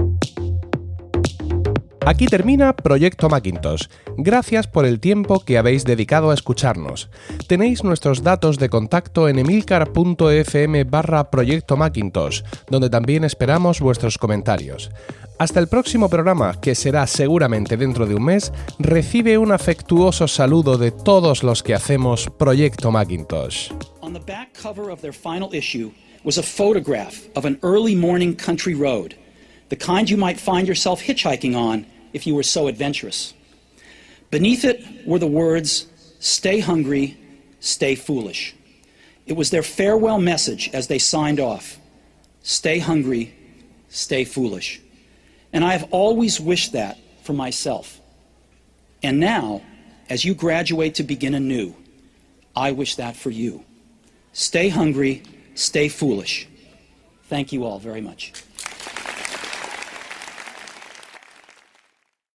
Aquí termina Proyecto Macintosh. Gracias por el tiempo que habéis dedicado a escucharnos. Tenéis nuestros datos de contacto en emilcar.fm/Proyecto Macintosh, donde también esperamos vuestros comentarios. Hasta el próximo programa, que será seguramente dentro de un mes, recibe un afectuoso saludo de todos los que hacemos Proyecto Macintosh. On the back cover of their final issue was a photograph of an early morning country road, the kind you might find yourself hitchhiking on if you were so adventurous. Beneath it were the words, "Stay hungry, stay foolish." It was their farewell message as they signed off. Stay hungry, stay foolish. And I have always wished that for myself. And now, as you graduate to begin anew, I wish that for you. Stay hungry, stay foolish. Thank you all very much.